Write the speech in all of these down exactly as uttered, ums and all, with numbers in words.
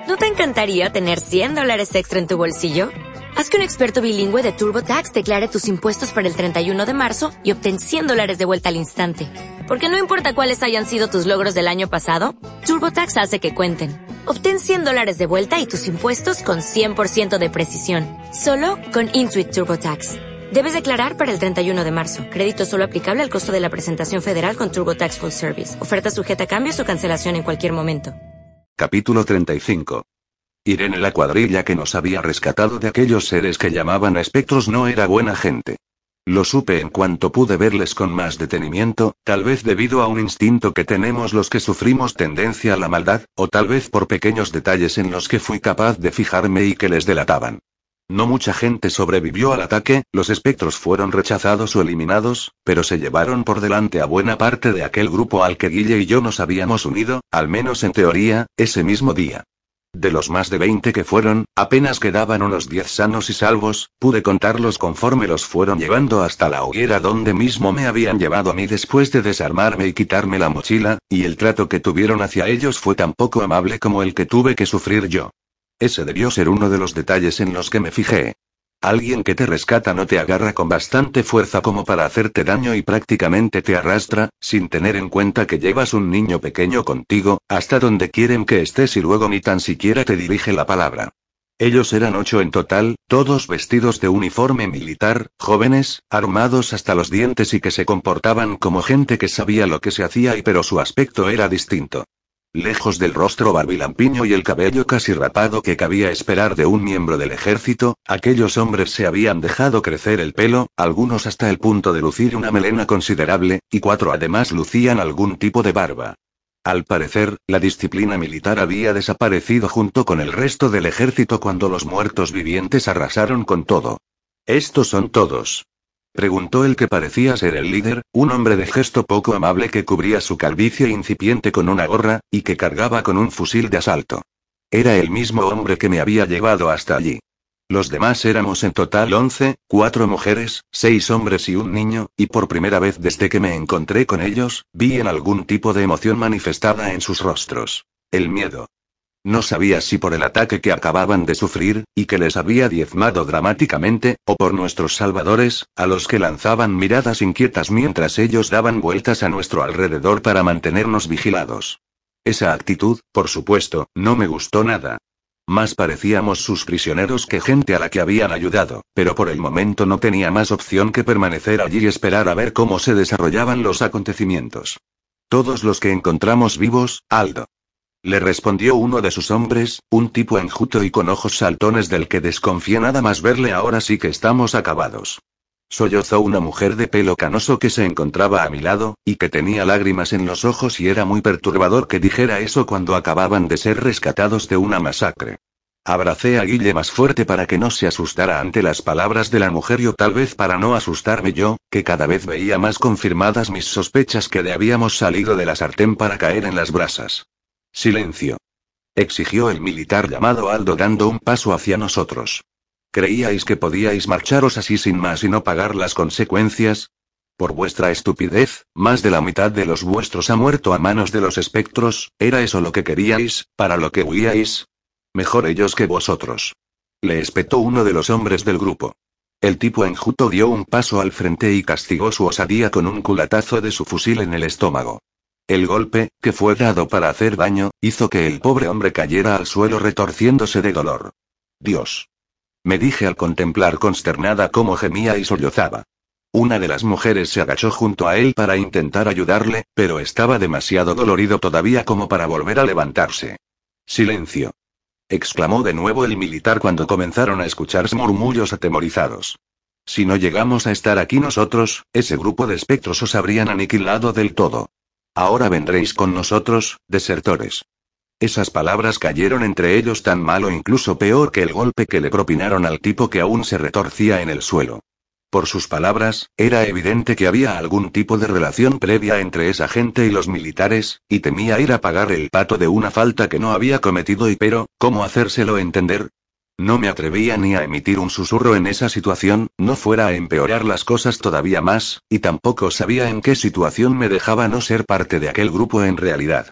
¿No te encantaría tener cien dólares extra en tu bolsillo? Haz que un experto bilingüe de TurboTax declare tus impuestos para el treinta y uno de marzo y obtén cien dólares de vuelta al instante. Porque no importa cuáles hayan sido tus logros del año pasado, TurboTax hace que cuenten. Obtén cien dólares de vuelta y tus impuestos con cien por ciento de precisión. Solo con Intuit TurboTax. Debes declarar para el treinta y uno de marzo. Crédito solo aplicable al costo de la presentación federal con TurboTax Full Service. Oferta sujeta a cambios o cancelación en cualquier momento. Capítulo treinta y cinco. Irene, la cuadrilla que nos había rescatado de aquellos seres que llamaban espectros, no era buena gente. Lo supe en cuanto pude verles con más detenimiento, tal vez debido a un instinto que tenemos los que sufrimos tendencia a la maldad, o tal vez por pequeños detalles en los que fui capaz de fijarme y que les delataban. No mucha gente sobrevivió al ataque, los espectros fueron rechazados o eliminados, pero se llevaron por delante a buena parte de aquel grupo al que Guille y yo nos habíamos unido, al menos en teoría, ese mismo día. De los más de veinte que fueron, apenas quedaban unos diez sanos y salvos, pude contarlos conforme los fueron llevando hasta la hoguera donde mismo me habían llevado a mí después de desarmarme y quitarme la mochila, y el trato que tuvieron hacia ellos fue tan poco amable como el que tuve que sufrir yo. Ese debió ser uno de los detalles en los que me fijé. Alguien que te rescata no te agarra con bastante fuerza como para hacerte daño y prácticamente te arrastra, sin tener en cuenta que llevas un niño pequeño contigo, hasta donde quieren que estés y luego ni tan siquiera te dirige la palabra. Ellos eran ocho en total, todos vestidos de uniforme militar, jóvenes, armados hasta los dientes y que se comportaban como gente que sabía lo que se hacía y pero su aspecto era distinto. Lejos del rostro barbilampiño y el cabello casi rapado que cabía esperar de un miembro del ejército, aquellos hombres se habían dejado crecer el pelo, algunos hasta el punto de lucir una melena considerable, y cuatro además lucían algún tipo de barba. Al parecer, la disciplina militar había desaparecido junto con el resto del ejército cuando los muertos vivientes arrasaron con todo. ¿Estos son todos?, preguntó el que parecía ser el líder, un hombre de gesto poco amable que cubría su calvicie incipiente con una gorra, y que cargaba con un fusil de asalto. Era el mismo hombre que me había llevado hasta allí. Los demás éramos en total once, cuatro mujeres, seis hombres y un niño, y por primera vez desde que me encontré con ellos, vi en algún tipo de emoción manifestada en sus rostros. El miedo. No sabía si por el ataque que acababan de sufrir, y que les había diezmado dramáticamente, o por nuestros salvadores, a los que lanzaban miradas inquietas mientras ellos daban vueltas a nuestro alrededor para mantenernos vigilados. Esa actitud, por supuesto, no me gustó nada. Más parecíamos sus prisioneros que gente a la que habían ayudado, pero por el momento no tenía más opción que permanecer allí y esperar a ver cómo se desarrollaban los acontecimientos. Todos los que encontramos vivos, Aldo. Le respondió uno de sus hombres, un tipo enjuto y con ojos saltones del que desconfié nada más verle. Ahora sí que estamos acabados. Sollozó una mujer de pelo canoso que se encontraba a mi lado, y que tenía lágrimas en los ojos, y era muy perturbador que dijera eso cuando acababan de ser rescatados de una masacre. Abracé a Guille más fuerte para que no se asustara ante las palabras de la mujer y o tal vez para no asustarme yo, que cada vez veía más confirmadas mis sospechas que de habíamos salido de la sartén para caer en las brasas. Silencio. Exigió el militar llamado Aldo dando un paso hacia nosotros. ¿Creíais que podíais marcharos así sin más y no pagar las consecuencias? Por vuestra estupidez, más de la mitad de los vuestros ha muerto a manos de los espectros. ¿Era eso lo que queríais, para lo que huíais? Mejor ellos que vosotros. Le espetó uno de los hombres del grupo. El tipo enjuto dio un paso al frente y castigó su osadía con un culatazo de su fusil en el estómago. El golpe, que fue dado para hacer daño, hizo que el pobre hombre cayera al suelo retorciéndose de dolor. Dios. Me dije al contemplar consternada cómo gemía y sollozaba. Una de las mujeres se agachó junto a él para intentar ayudarle, pero estaba demasiado dolorido todavía como para volver a levantarse. Silencio. Exclamó de nuevo el militar cuando comenzaron a escucharse murmullos atemorizados. Si no llegamos a estar aquí nosotros, ese grupo de espectros os habrían aniquilado del todo. Ahora vendréis con nosotros, desertores. Esas palabras cayeron entre ellos tan mal o incluso peor que el golpe que le propinaron al tipo que aún se retorcía en el suelo. Por sus palabras, era evidente que había algún tipo de relación previa entre esa gente y los militares, y temía ir a pagar el pato de una falta que no había cometido y pero, ¿cómo hacérselo entender? No me atrevía ni a emitir un susurro en esa situación, no fuera a empeorar las cosas todavía más, y tampoco sabía en qué situación me dejaba no ser parte de aquel grupo en realidad.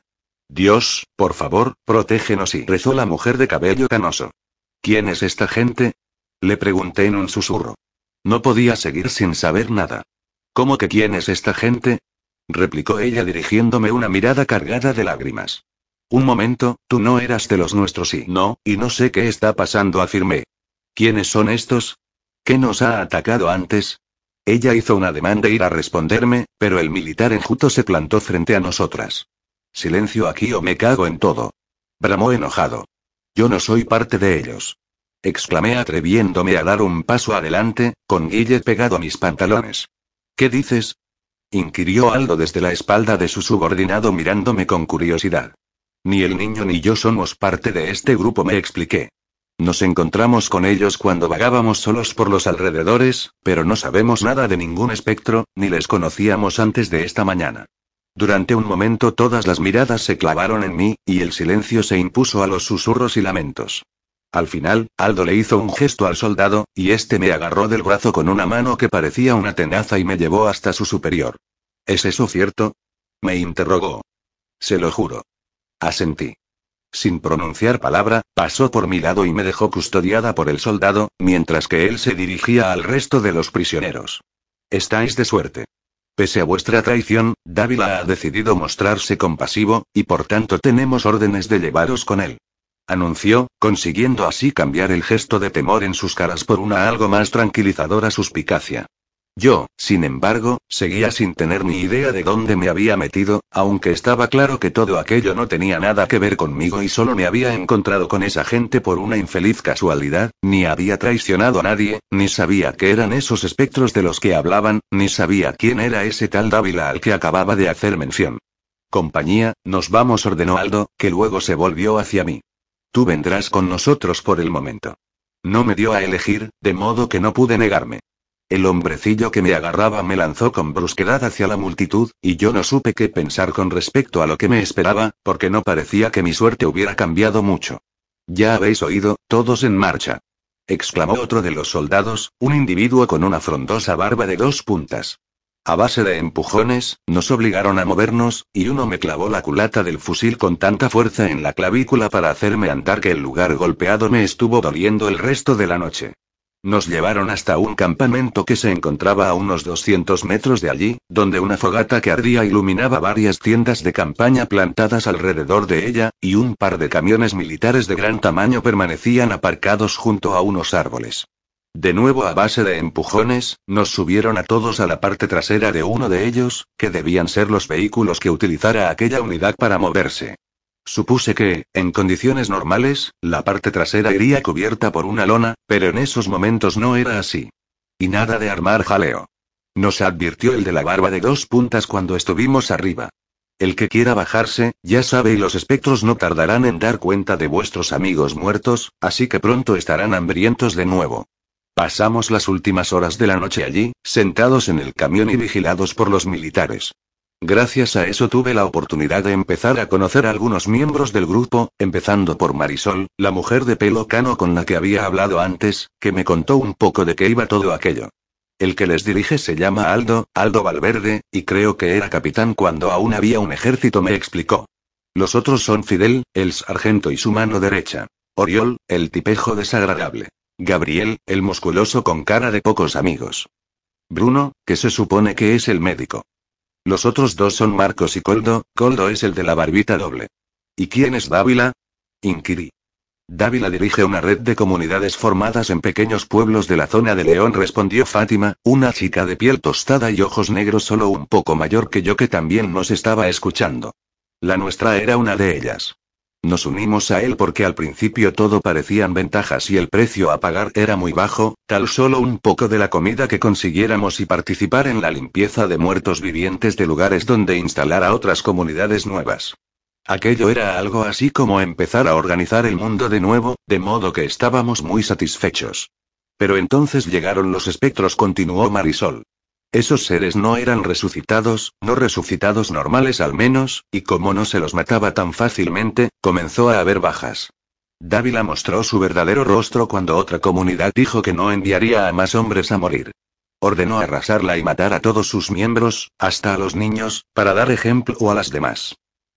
Dios, por favor, protégenos, y rezó la mujer de cabello canoso. ¿Quién es esta gente? Le pregunté en un susurro. No podía seguir sin saber nada. ¿Cómo que quién es esta gente? Replicó ella dirigiéndome una mirada cargada de lágrimas. Un momento, tú no eras de los nuestros y no, y no sé qué está pasando, afirmé. ¿Quiénes son estos? ¿Qué nos ha atacado antes? Ella hizo un ademán de ir a responderme, pero el militar enjuto se plantó frente a nosotras. Silencio aquí o me cago en todo. Bramó enojado. Yo no soy parte de ellos. Exclamé atreviéndome a dar un paso adelante, con Guille pegado a mis pantalones. ¿Qué dices? Inquirió Aldo desde la espalda de su subordinado mirándome con curiosidad. Ni el niño ni yo somos parte de este grupo, me expliqué. Nos encontramos con ellos cuando vagábamos solos por los alrededores, pero no sabemos nada de ningún espectro, ni les conocíamos antes de esta mañana. Durante un momento todas las miradas se clavaron en mí, y el silencio se impuso a los susurros y lamentos. Al final, Aldo le hizo un gesto al soldado, y este me agarró del brazo con una mano que parecía una tenaza y me llevó hasta su superior. ¿Es eso cierto? Me interrogó. Se lo juro. Asentí. Sin pronunciar palabra, pasó por mi lado y me dejó custodiada por el soldado, mientras que él se dirigía al resto de los prisioneros. Estáis de suerte. Pese a vuestra traición, Dávila ha decidido mostrarse compasivo, y por tanto tenemos órdenes de llevaros con él. Anunció, consiguiendo así cambiar el gesto de temor en sus caras por una algo más tranquilizadora suspicacia. Yo, sin embargo, seguía sin tener ni idea de dónde me había metido, aunque estaba claro que todo aquello no tenía nada que ver conmigo y solo me había encontrado con esa gente por una infeliz casualidad, ni había traicionado a nadie, ni sabía qué eran esos espectros de los que hablaban, ni sabía quién era ese tal Dávila al que acababa de hacer mención. Compañía, nos vamos, ordenó Aldo, que luego se volvió hacia mí. Tú vendrás con nosotros por el momento. No me dio a elegir, de modo que no pude negarme. El hombrecillo que me agarraba me lanzó con brusquedad hacia la multitud, y yo no supe qué pensar con respecto a lo que me esperaba, porque no parecía que mi suerte hubiera cambiado mucho. Ya habéis oído, todos en marcha. Exclamó otro de los soldados, un individuo con una frondosa barba de dos puntas. A base de empujones, nos obligaron a movernos, y uno me clavó la culata del fusil con tanta fuerza en la clavícula para hacerme andar que el lugar golpeado me estuvo doliendo el resto de la noche. Nos llevaron hasta un campamento que se encontraba a unos doscientos metros de allí, donde una fogata que ardía iluminaba varias tiendas de campaña plantadas alrededor de ella, y un par de camiones militares de gran tamaño permanecían aparcados junto a unos árboles. De nuevo a base de empujones, nos subieron a todos a la parte trasera de uno de ellos, que debían ser los vehículos que utilizara aquella unidad para moverse. Supuse que, en condiciones normales, la parte trasera iría cubierta por una lona, pero en esos momentos no era así. Y nada de armar jaleo. Nos advirtió el de la barba de dos puntas cuando estuvimos arriba. El que quiera bajarse, ya sabe, y los espectros no tardarán en dar cuenta de vuestros amigos muertos, así que pronto estarán hambrientos de nuevo. Pasamos las últimas horas de la noche allí, sentados en el camión y vigilados por los militares. Gracias a eso tuve la oportunidad de empezar a conocer a algunos miembros del grupo, empezando por Marisol, la mujer de pelo cano con la que había hablado antes, que me contó un poco de qué iba todo aquello. El que les dirige se llama Aldo, Aldo Valverde, y creo que era capitán cuando aún había un ejército, me explicó. Los otros son Fidel, el sargento y su mano derecha. Oriol, el tipejo desagradable. Gabriel, el musculoso con cara de pocos amigos. Bruno, que se supone que es el médico. Los otros dos son Marcos y Coldo. Coldo es el de la barbita doble. ¿Y quién es Dávila? Inquirí. Dávila dirige una red de comunidades formadas en pequeños pueblos de la zona de León, respondió Fátima, una chica de piel tostada y ojos negros solo un poco mayor que yo, que también nos estaba escuchando. La nuestra era una de ellas. Nos unimos a él porque al principio todo parecían ventajas y el precio a pagar era muy bajo, tal solo un poco de la comida que consiguiéramos y participar en la limpieza de muertos vivientes de lugares donde instalar a otras comunidades nuevas. Aquello era algo así como empezar a organizar el mundo de nuevo, de modo que estábamos muy satisfechos. Pero entonces llegaron los espectros, continuó Marisol. Esos seres no eran resucitados, no resucitados normales al menos, y como no se los mataba tan fácilmente, comenzó a haber bajas. Dávila mostró su verdadero rostro cuando otra comunidad dijo que no enviaría a más hombres a morir. Ordenó arrasarla y matar a todos sus miembros, hasta a los niños, para dar ejemplo a las demás.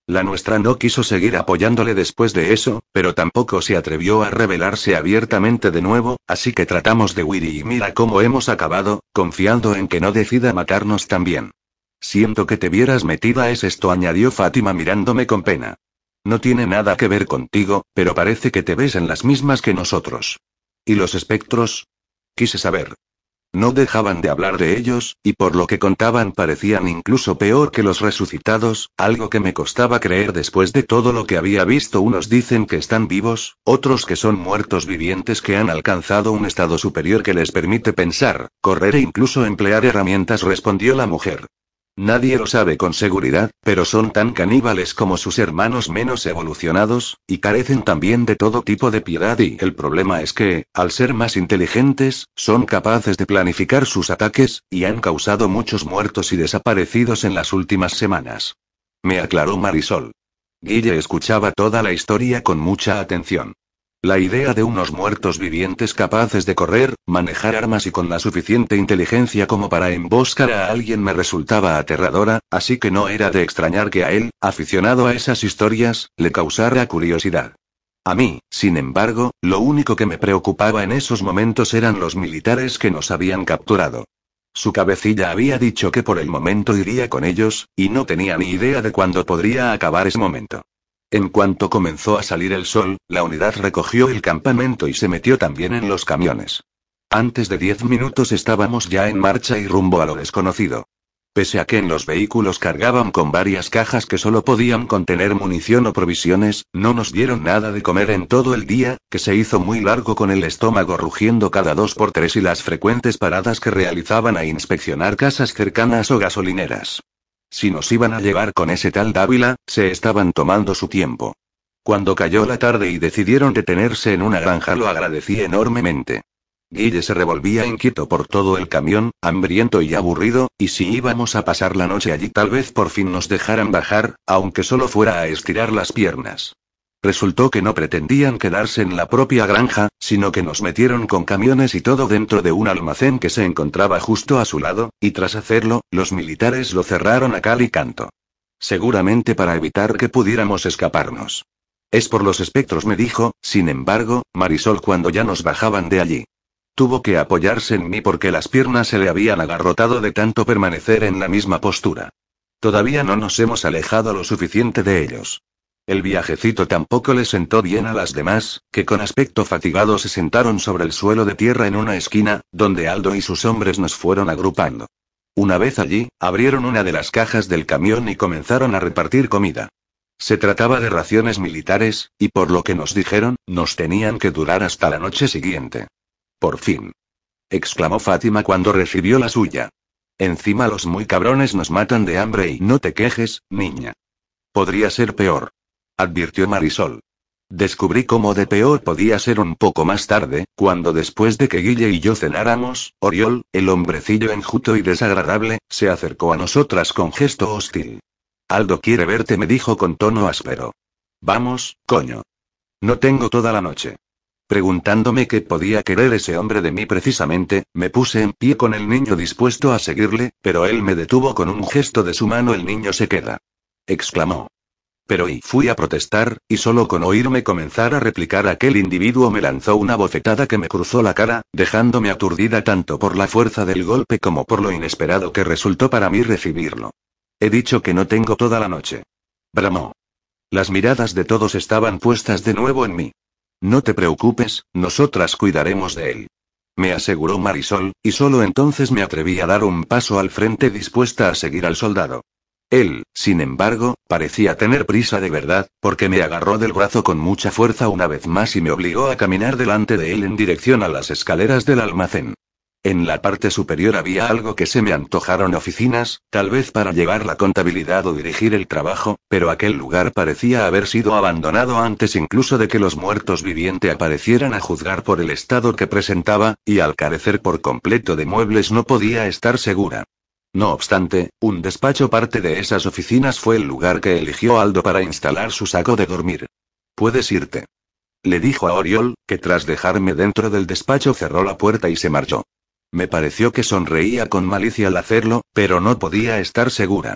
La nuestra no quiso seguir apoyándole después de eso, pero tampoco se atrevió a rebelarse abiertamente de nuevo, así que tratamos de huir y mira cómo hemos acabado, confiando en que no decida matarnos también. Siento que te vieras metida es esto, añadió Fátima mirándome con pena. No tiene nada que ver contigo, pero parece que te ves en las mismas que nosotros. ¿Y los espectros? Quise saber. No dejaban de hablar de ellos, y por lo que contaban parecían incluso peor que los resucitados, algo que me costaba creer después de todo lo que había visto. Unos dicen que están vivos, otros que son muertos vivientes que han alcanzado un estado superior que les permite pensar, correr e incluso emplear herramientas, respondió la mujer. Nadie lo sabe con seguridad, pero son tan caníbales como sus hermanos menos evolucionados, y carecen también de todo tipo de piedad, y el problema es que, al ser más inteligentes, son capaces de planificar sus ataques, y han causado muchos muertos y desaparecidos en las últimas semanas. Me aclaró Marisol. Guille escuchaba toda la historia con mucha atención. La idea de unos muertos vivientes capaces de correr, manejar armas y con la suficiente inteligencia como para emboscar a alguien me resultaba aterradora, así que no era de extrañar que a él, aficionado a esas historias, le causara curiosidad. A mí, sin embargo, lo único que me preocupaba en esos momentos eran los militares que nos habían capturado. Su cabecilla había dicho que por el momento iría con ellos, y no tenía ni idea de cuándo podría acabar ese momento. En cuanto comenzó a salir el sol, la unidad recogió el campamento y se metió también en los camiones. Antes de diez minutos estábamos ya en marcha y rumbo a lo desconocido. Pese a que en los vehículos cargaban con varias cajas que solo podían contener munición o provisiones, no nos dieron nada de comer en todo el día, que se hizo muy largo con el estómago rugiendo cada dos por tres y las frecuentes paradas que realizaban a inspeccionar casas cercanas o gasolineras. Si nos iban a llevar con ese tal Dávila, se estaban tomando su tiempo. Cuando cayó la tarde y decidieron detenerse en una granja, lo agradecí enormemente. Guille se revolvía inquieto por todo el camión, hambriento y aburrido, y si íbamos a pasar la noche allí tal vez por fin nos dejaran bajar, aunque solo fuera a estirar las piernas. Resultó que no pretendían quedarse en la propia granja, sino que nos metieron con camiones y todo dentro de un almacén que se encontraba justo a su lado, y tras hacerlo, los militares lo cerraron a cal y canto. Seguramente para evitar que pudiéramos escaparnos. Es por los espectros, me dijo, sin embargo, Marisol cuando ya nos bajaban de allí. Tuvo que apoyarse en mí porque las piernas se le habían agarrotado de tanto permanecer en la misma postura. Todavía no nos hemos alejado lo suficiente de ellos. El viajecito tampoco le sentó bien a las demás, que con aspecto fatigado se sentaron sobre el suelo de tierra en una esquina, donde Aldo y sus hombres nos fueron agrupando. Una vez allí, abrieron una de las cajas del camión y comenzaron a repartir comida. Se trataba de raciones militares, y por lo que nos dijeron, nos tenían que durar hasta la noche siguiente. Por fin. Exclamó Fátima cuando recibió la suya. Encima los muy cabrones nos matan de hambre y no te quejes, niña. Podría ser peor. Advirtió Marisol. Descubrí cómo de peor podía ser un poco más tarde, cuando después de que Guille y yo cenáramos, Oriol, el hombrecillo enjuto y desagradable, se acercó a nosotras con gesto hostil. Aldo quiere verte, me dijo con tono áspero. Vamos, coño. No tengo toda la noche. Preguntándome qué podía querer ese hombre de mí precisamente, me puse en pie con el niño dispuesto a seguirle, pero él me detuvo con un gesto de su mano. El niño se queda. Exclamó. Pero y fui a protestar, y solo con oírme comenzar a replicar aquel individuo me lanzó una bofetada que me cruzó la cara, dejándome aturdida tanto por la fuerza del golpe como por lo inesperado que resultó para mí recibirlo. He dicho que no tengo toda la noche. Bramó. Las miradas de todos estaban puestas de nuevo en mí. No te preocupes, nosotras cuidaremos de él. Me aseguró Marisol, y solo entonces me atreví a dar un paso al frente dispuesta a seguir al soldado. Él, sin embargo, parecía tener prisa de verdad, porque me agarró del brazo con mucha fuerza una vez más y me obligó a caminar delante de él en dirección a las escaleras del almacén. En la parte superior había algo que se me antojaron oficinas, tal vez para llevar la contabilidad o dirigir el trabajo, pero aquel lugar parecía haber sido abandonado antes incluso de que los muertos vivientes aparecieran, a juzgar por el estado que presentaba, y al carecer por completo de muebles no podía estar segura. No obstante, un despacho parte de esas oficinas fue el lugar que eligió Aldo para instalar su saco de dormir. Puedes irte. Le dijo a Oriol, que tras dejarme dentro del despacho cerró la puerta y se marchó. Me pareció que sonreía con malicia al hacerlo, pero no podía estar segura.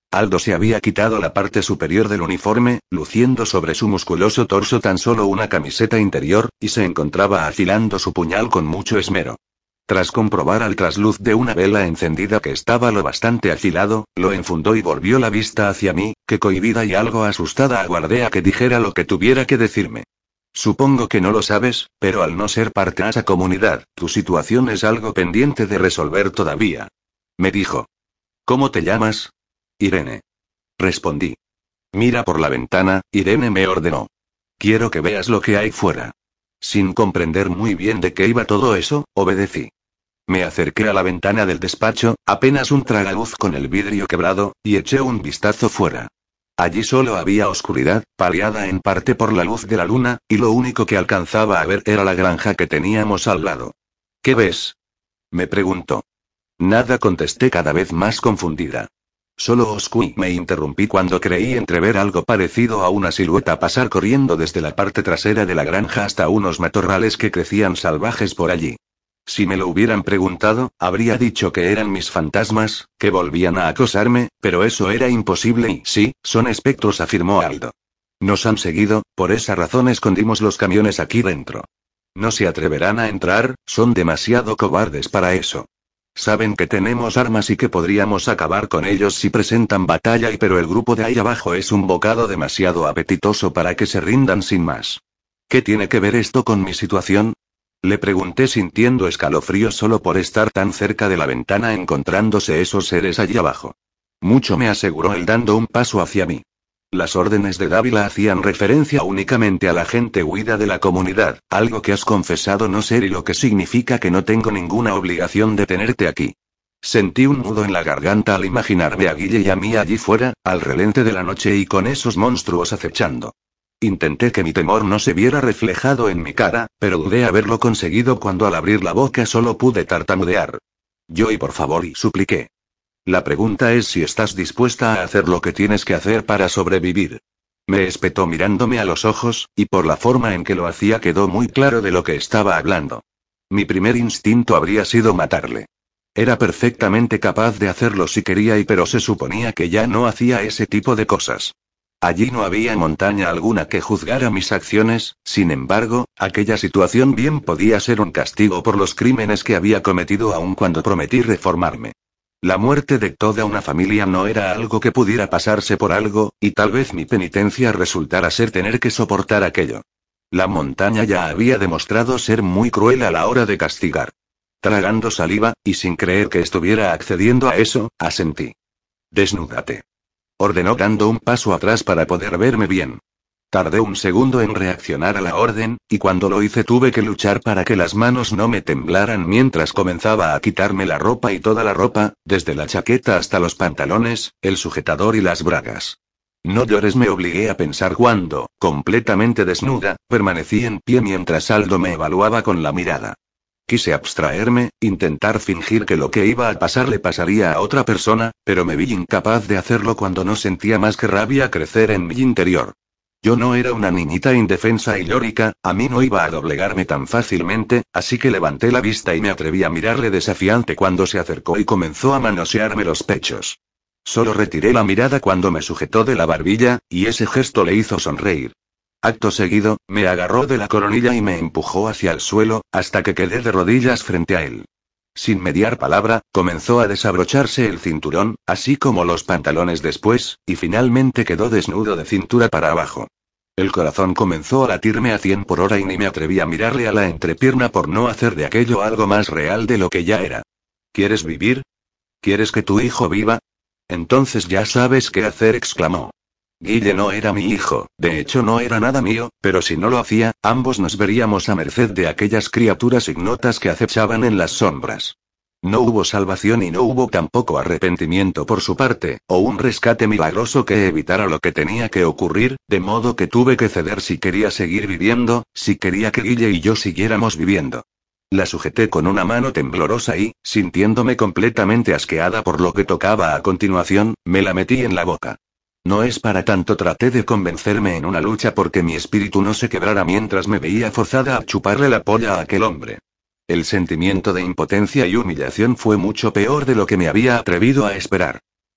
Aldo se había quitado la parte superior del uniforme, luciendo sobre su musculoso torso tan solo una camiseta interior, y se encontraba afilando su puñal con mucho esmero. Tras comprobar al trasluz de una vela encendida que estaba lo bastante afilado, lo enfundó y volvió la vista hacia mí, que cohibida y algo asustada aguardé a que dijera lo que tuviera que decirme. Supongo que no lo sabes, pero al no ser parte de esa comunidad, tu situación es algo pendiente de resolver todavía. Me dijo. ¿Cómo te llamas? Irene. Respondí. Mira por la ventana, Irene me ordenó. Quiero que veas lo que hay fuera. Sin comprender muy bien de qué iba todo eso, obedecí. Me acerqué a la ventana del despacho, apenas un tragaluz con el vidrio quebrado, y eché un vistazo fuera. Allí solo había oscuridad, paliada en parte por la luz de la luna, y lo único que alcanzaba a ver era la granja que teníamos al lado. ¿Qué ves? Me preguntó. Nada, contesté cada vez más confundida. Solo oscuro. Me interrumpí cuando creí entrever algo parecido a una silueta pasar corriendo desde la parte trasera de la granja hasta unos matorrales que crecían salvajes por allí. Si me lo hubieran preguntado, habría dicho que eran mis fantasmas, que volvían a acosarme, pero eso era imposible y sí, son espectros, afirmó Aldo. Nos han seguido, por esa razón escondimos los camiones aquí dentro. No se atreverán a entrar, son demasiado cobardes para eso. Saben que tenemos armas y que podríamos acabar con ellos si presentan batalla, y pero el grupo de ahí abajo es un bocado demasiado apetitoso para que se rindan sin más. ¿Qué tiene que ver esto con mi situación? Le pregunté sintiendo escalofríos solo por estar tan cerca de la ventana encontrándose esos seres allí abajo. Mucho, me aseguró él dando un paso hacia mí. Las órdenes de Dávila hacían referencia únicamente a la gente huida de la comunidad, algo que has confesado no ser y lo que significa que no tengo ninguna obligación de tenerte aquí. Sentí un nudo en la garganta al imaginarme a Guille y a mí allí fuera, al relente de la noche y con esos monstruos acechando. Intenté que mi temor no se viera reflejado en mi cara, pero dudé haberlo conseguido cuando al abrir la boca solo pude tartamudear. Yo y por favor y supliqué. La pregunta es si estás dispuesta a hacer lo que tienes que hacer para sobrevivir. Me espetó mirándome a los ojos, y por la forma en que lo hacía quedó muy claro de lo que estaba hablando. Mi primer instinto habría sido matarle. Era perfectamente capaz de hacerlo si quería, y pero se suponía que ya no hacía ese tipo de cosas. Allí no había montaña alguna que juzgara mis acciones, sin embargo, aquella situación bien podía ser un castigo por los crímenes que había cometido aun cuando prometí reformarme. La muerte de toda una familia no era algo que pudiera pasarse por algo, y tal vez mi penitencia resultara ser tener que soportar aquello. La montaña ya había demostrado ser muy cruel a la hora de castigar. Tragando saliva, y sin creer que estuviera accediendo a eso, asentí. Desnúdate. Ordenó dando un paso atrás para poder verme bien. Tardé un segundo en reaccionar a la orden, y cuando lo hice tuve que luchar para que las manos no me temblaran mientras comenzaba a quitarme la ropa y toda la ropa, desde la chaqueta hasta los pantalones, el sujetador y las bragas. No llores, me obligué a pensar cuando, completamente desnuda, permanecí en pie mientras Aldo me evaluaba con la mirada. Quise abstraerme, intentar fingir que lo que iba a pasar le pasaría a otra persona, pero me vi incapaz de hacerlo cuando no sentía más que rabia crecer en mi interior. Yo no era una niñita indefensa y llórica, a mí no iba a doblegarme tan fácilmente, así que levanté la vista y me atreví a mirarle desafiante cuando se acercó y comenzó a manosearme los pechos. Solo retiré la mirada cuando me sujetó de la barbilla, y ese gesto le hizo sonreír. Acto seguido, me agarró de la coronilla y me empujó hacia el suelo, hasta que quedé de rodillas frente a él. Sin mediar palabra, comenzó a desabrocharse el cinturón, así como los pantalones después, y finalmente quedó desnudo de cintura para abajo. El corazón comenzó a latirme a cien por hora y ni me atreví a mirarle a la entrepierna por no hacer de aquello algo más real de lo que ya era. ¿Quieres vivir? ¿Quieres que tu hijo viva? Entonces ya sabes qué hacer, exclamó. Guille no era mi hijo, de hecho no era nada mío, pero si no lo hacía, ambos nos veríamos a merced de aquellas criaturas ignotas que acechaban en las sombras. No hubo salvación y no hubo tampoco arrepentimiento por su parte, o un rescate milagroso que evitara lo que tenía que ocurrir, de modo que tuve que ceder si quería seguir viviendo, si quería que Guille y yo siguiéramos viviendo. La sujeté con una mano temblorosa y, sintiéndome completamente asqueada por lo que tocaba a continuación, me la metí en la boca. No es para tanto, traté de convencerme en una lucha porque mi espíritu no se quebrara mientras me veía forzada a chuparle la polla a aquel hombre. El sentimiento de impotencia y humillación fue mucho peor de lo que me había atrevido a esperar.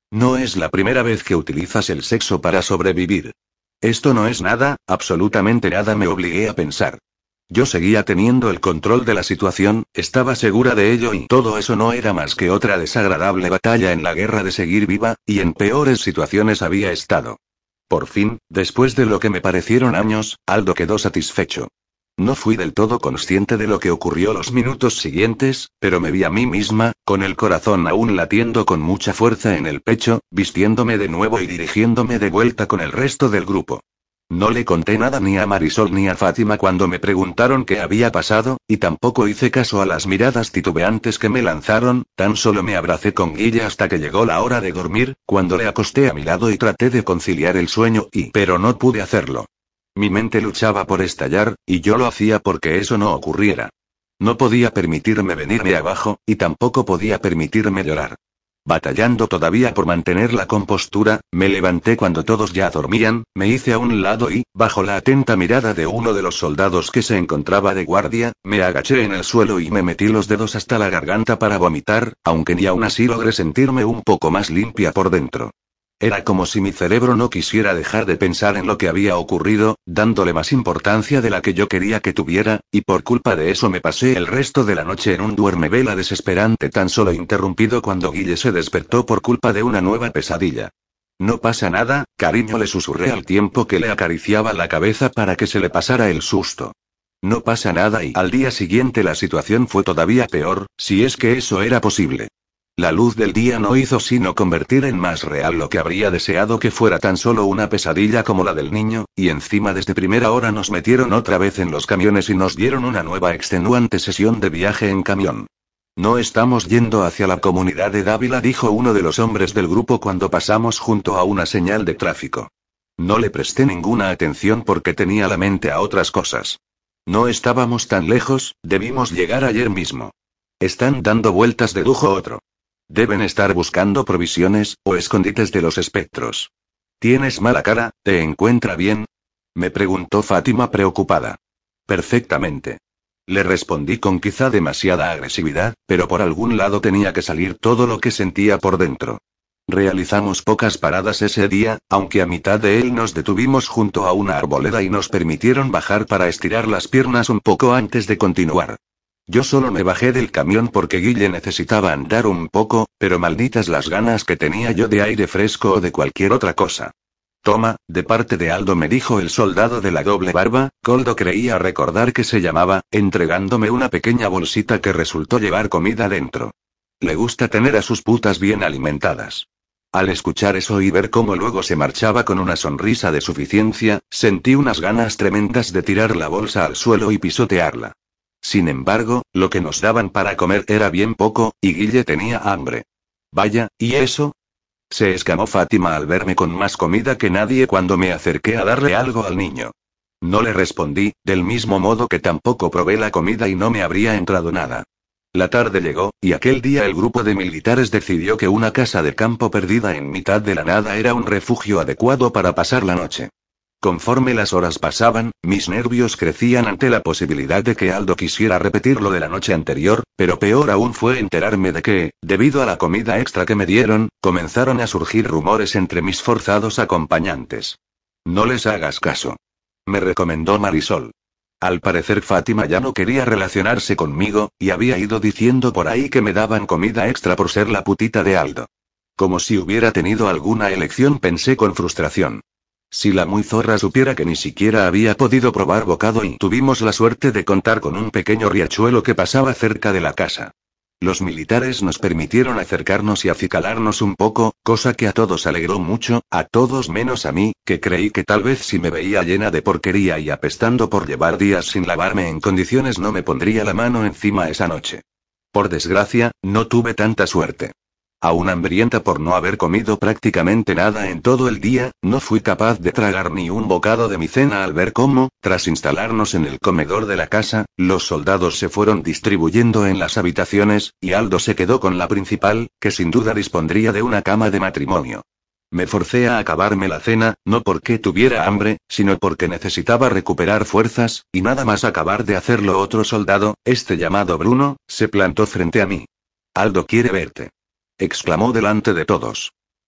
No es la primera vez que utilizas el sexo para sobrevivir. Esto no es nada, absolutamente nada, me obligué a pensar. Yo seguía teniendo el control de la situación, estaba segura de ello y todo eso no era más que otra desagradable batalla en la guerra de seguir viva, y en peores situaciones había estado. Por fin, después de lo que me parecieron años, Aldo quedó satisfecho. No fui del todo consciente de lo que ocurrió los minutos siguientes, pero me vi a mí misma, con el corazón aún latiendo con mucha fuerza en el pecho, vistiéndome de nuevo y dirigiéndome de vuelta con el resto del grupo. No le conté nada ni a Marisol ni a Fátima cuando me preguntaron qué había pasado, y tampoco hice caso a las miradas titubeantes que me lanzaron, tan solo me abracé con Guille hasta que llegó la hora de dormir, cuando le acosté a mi lado y traté de conciliar el sueño y, pero no pude hacerlo. Mi mente luchaba por estallar, y yo lo hacía porque eso no ocurriera. No podía permitirme venirme abajo, y tampoco podía permitirme llorar. Batallando todavía por mantener la compostura, me levanté cuando todos ya dormían, me hice a un lado y, bajo la atenta mirada de uno de los soldados que se encontraba de guardia, me agaché en el suelo y me metí los dedos hasta la garganta para vomitar, aunque ni aún así logré sentirme un poco más limpia por dentro. Era como si mi cerebro no quisiera dejar de pensar en lo que había ocurrido, dándole más importancia de la que yo quería que tuviera, y por culpa de eso me pasé el resto de la noche en un duermevela desesperante, tan solo interrumpido cuando Guille se despertó por culpa de una nueva pesadilla. No pasa nada, cariño, le susurré al tiempo que le acariciaba la cabeza para que se le pasara el susto. No pasa nada, y al día siguiente la situación fue todavía peor, si es que eso era posible. La luz del día no hizo sino convertir en más real lo que habría deseado que fuera tan solo una pesadilla como la del niño, y encima desde primera hora nos metieron otra vez en los camiones y nos dieron una nueva extenuante sesión de viaje en camión. No estamos yendo hacia la comunidad de Dávila, dijo uno de los hombres del grupo cuando pasamos junto a una señal de tráfico. No le presté ninguna atención porque tenía la mente a otras cosas. No estábamos tan lejos, debimos llegar ayer mismo. Están dando vueltas, dedujo otro. Deben estar buscando provisiones, o escondites de los espectros. ¿Tienes mala cara? ¿Te encuentra bien?, me preguntó Fátima preocupada. Perfectamente. Le respondí con quizá demasiada agresividad, pero por algún lado tenía que salir todo lo que sentía por dentro. Realizamos pocas paradas ese día, aunque a mitad de él nos detuvimos junto a una arboleda y nos permitieron bajar para estirar las piernas un poco antes de continuar. Yo solo me bajé del camión porque Guille necesitaba andar un poco, pero malditas las ganas que tenía yo de aire fresco o de cualquier otra cosa. Toma, de parte de Aldo, me dijo el soldado de la doble barba, Coldo creía recordar que se llamaba, entregándome una pequeña bolsita que resultó llevar comida dentro. Le gusta tener a sus putas bien alimentadas. Al escuchar eso y ver cómo luego se marchaba con una sonrisa de suficiencia, sentí unas ganas tremendas de tirar la bolsa al suelo y pisotearla. Sin embargo, lo que nos daban para comer era bien poco, y Guille tenía hambre. Vaya, ¿y eso? Se escamó Fátima al verme con más comida que nadie cuando me acerqué a darle algo al niño. No le respondí, del mismo modo que tampoco probé la comida y no me habría entrado nada. La tarde llegó, y aquel día el grupo de militares decidió que una casa de campo perdida en mitad de la nada era un refugio adecuado para pasar la noche. Conforme las horas pasaban, mis nervios crecían ante la posibilidad de que Aldo quisiera repetir lo de la noche anterior, pero peor aún fue enterarme de que, debido a la comida extra que me dieron, comenzaron a surgir rumores entre mis forzados acompañantes. No les hagas caso, me recomendó Marisol. Al parecer Fátima ya no quería relacionarse conmigo, y había ido diciendo por ahí que me daban comida extra por ser la putita de Aldo. Como si hubiera tenido alguna elección, pensé con frustración. Si la muy zorra supiera que ni siquiera había podido probar bocado y tuvimos la suerte de contar con un pequeño riachuelo que pasaba cerca de la casa. Los militares nos permitieron acercarnos y acicalarnos un poco, cosa que a todos alegró mucho, a todos menos a mí, que creí que tal vez si me veía llena de porquería y apestando por llevar días sin lavarme en condiciones no me pondría la mano encima esa noche. Por desgracia, no tuve tanta suerte. Aún hambrienta por no haber comido prácticamente nada en todo el día, no fui capaz de tragar ni un bocado de mi cena al ver cómo, tras instalarnos en el comedor de la casa, los soldados se fueron distribuyendo en las habitaciones, y Aldo se quedó con la principal, que sin duda dispondría de una cama de matrimonio. Me forcé a acabarme la cena, no porque tuviera hambre, sino porque necesitaba recuperar fuerzas, y nada más acabar de hacerlo otro soldado, este llamado Bruno, se plantó frente a mí. Aldo quiere verte, exclamó delante de todos.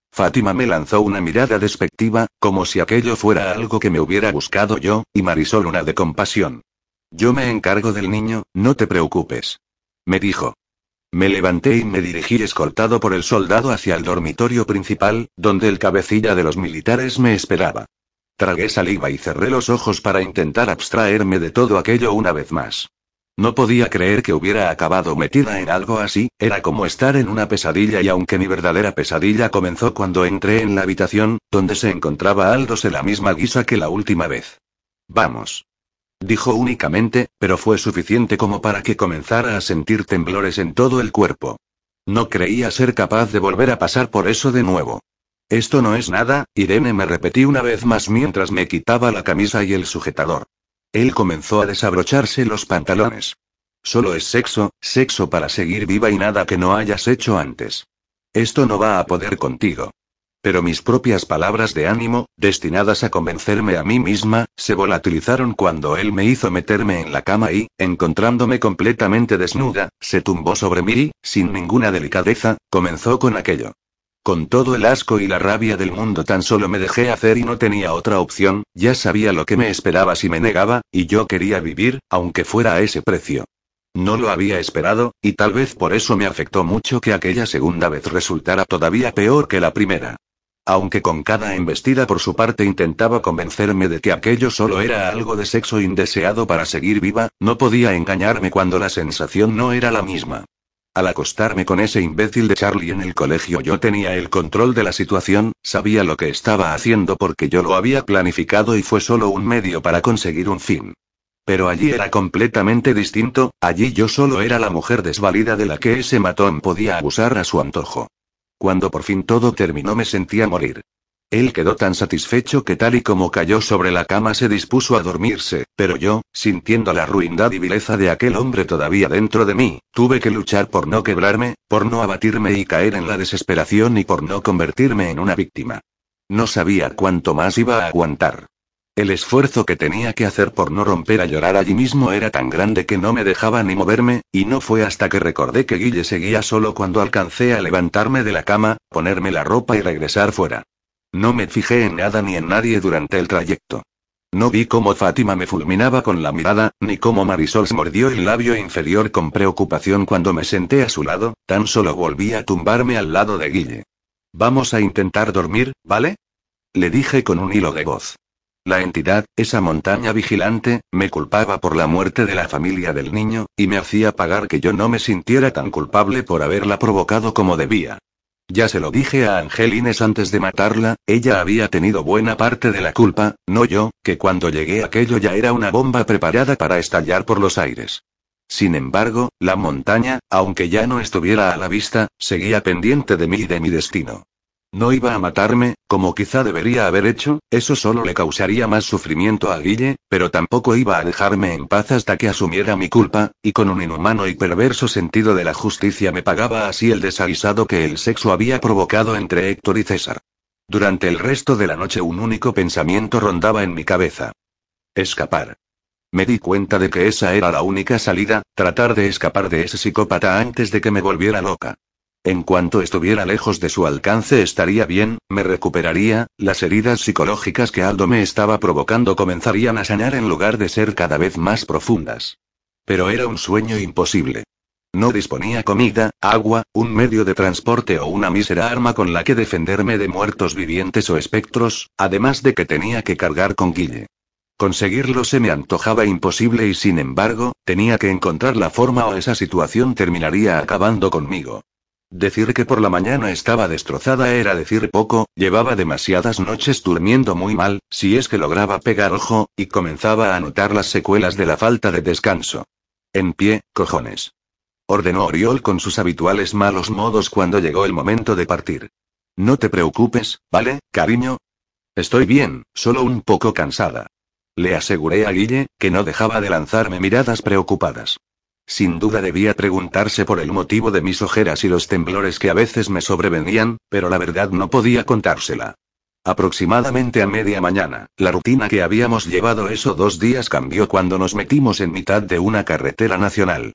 Fátima me lanzó una mirada despectiva, como si aquello fuera algo que me hubiera buscado yo, y Marisol una de compasión. Yo me encargo del niño, no te preocupes. Me dijo. Me levanté y me dirigí escoltado por el soldado hacia el dormitorio principal, donde el cabecilla de los militares me esperaba. Tragué saliva y cerré los ojos para intentar abstraerme de todo aquello una vez más. No podía creer que hubiera acabado metida en algo así, era como estar en una pesadilla y aunque mi verdadera pesadilla comenzó cuando entré en la habitación, donde se encontraba Aldous de la misma guisa que la última vez. Vamos. Dijo únicamente, pero fue suficiente como para que comenzara a sentir temblores en todo el cuerpo. No creía ser capaz de volver a pasar por eso de nuevo. Esto no es nada, Irene, me repetí una vez más mientras me quitaba la camisa y el sujetador. Él comenzó a desabrocharse los pantalones. Solo es sexo, sexo para seguir viva y nada que no hayas hecho antes. Esto no va a poder contigo. Pero mis propias palabras de ánimo, destinadas a convencerme a mí misma, se volatilizaron cuando él me hizo meterme en la cama y, encontrándome completamente desnuda, se tumbó sobre mí y, sin ninguna delicadeza, comenzó con aquello. Con todo el asco y la rabia del mundo tan solo me dejé hacer y no tenía otra opción, ya sabía lo que me esperaba si me negaba, y yo quería vivir, aunque fuera a ese precio. No lo había esperado, y tal vez por eso me afectó mucho que aquella segunda vez resultara todavía peor que la primera. Aunque con cada embestida por su parte intentaba convencerme de que aquello solo era algo de sexo indeseado para seguir viva, no podía engañarme cuando la sensación no era la misma. Al acostarme con ese imbécil de Charlie en el colegio yo tenía el control de la situación, sabía lo que estaba haciendo porque yo lo había planificado y fue solo un medio para conseguir un fin. Pero allí era completamente distinto, allí yo solo era la mujer desvalida de la que ese matón podía abusar a su antojo. Cuando por fin todo terminó me sentía morir. Él quedó tan satisfecho que tal y como cayó sobre la cama se dispuso a dormirse, pero yo, sintiendo la ruindad y vileza de aquel hombre todavía dentro de mí, tuve que luchar por no quebrarme, por no abatirme y caer en la desesperación y por no convertirme en una víctima. No sabía cuánto más iba a aguantar. El esfuerzo que tenía que hacer por no romper a llorar allí mismo era tan grande que no me dejaba ni moverme, y no fue hasta que recordé que Guille seguía solo cuando alcancé a levantarme de la cama, ponerme la ropa y regresar fuera. No me fijé en nada ni en nadie durante el trayecto. No vi cómo Fátima me fulminaba con la mirada, ni cómo Marisol se mordió el labio inferior con preocupación cuando me senté a su lado, tan solo volví a tumbarme al lado de Guille. Vamos a intentar dormir, ¿vale? Le dije con un hilo de voz. La entidad, esa montaña vigilante, me culpaba por la muerte de la familia del niño, y me hacía pagar que yo no me sintiera tan culpable por haberla provocado como debía. Ya se lo dije a Angelines antes de matarla, ella había tenido buena parte de la culpa, no yo, que cuando llegué aquello ya era una bomba preparada para estallar por los aires. Sin embargo, la montaña, aunque ya no estuviera a la vista, seguía pendiente de mí y de mi destino. No iba a matarme, como quizá debería haber hecho, eso solo le causaría más sufrimiento a Guille, pero tampoco iba a dejarme en paz hasta que asumiera mi culpa, y con un inhumano y perverso sentido de la justicia me pagaba así el desaguisado que el sexo había provocado entre Héctor y César. Durante el resto de la noche un único pensamiento rondaba en mi cabeza. Escapar. Me di cuenta de que esa era la única salida, tratar de escapar de ese psicópata antes de que me volviera loca. En cuanto estuviera lejos de su alcance estaría bien, me recuperaría, las heridas psicológicas que Aldo me estaba provocando comenzarían a sanar en lugar de ser cada vez más profundas. Pero era un sueño imposible. No disponía comida, agua, un medio de transporte o una mísera arma con la que defenderme de muertos vivientes o espectros, además de que tenía que cargar con Guille. Conseguirlo se me antojaba imposible y sin embargo, tenía que encontrar la forma o esa situación terminaría acabando conmigo. Decir que por la mañana estaba destrozada era decir poco, llevaba demasiadas noches durmiendo muy mal, si es que lograba pegar ojo, y comenzaba a notar las secuelas de la falta de descanso. En pie, cojones. Ordenó Oriol con sus habituales malos modos cuando llegó el momento de partir. No te preocupes, ¿vale, cariño? Estoy bien, solo un poco cansada. Le aseguré a Guille, que no dejaba de lanzarme miradas preocupadas. Sin duda debía preguntarse por el motivo de mis ojeras y los temblores que a veces me sobrevenían, pero la verdad no podía contársela. Aproximadamente a media mañana, la rutina que habíamos llevado esos dos días cambió cuando nos metimos en mitad de una carretera nacional.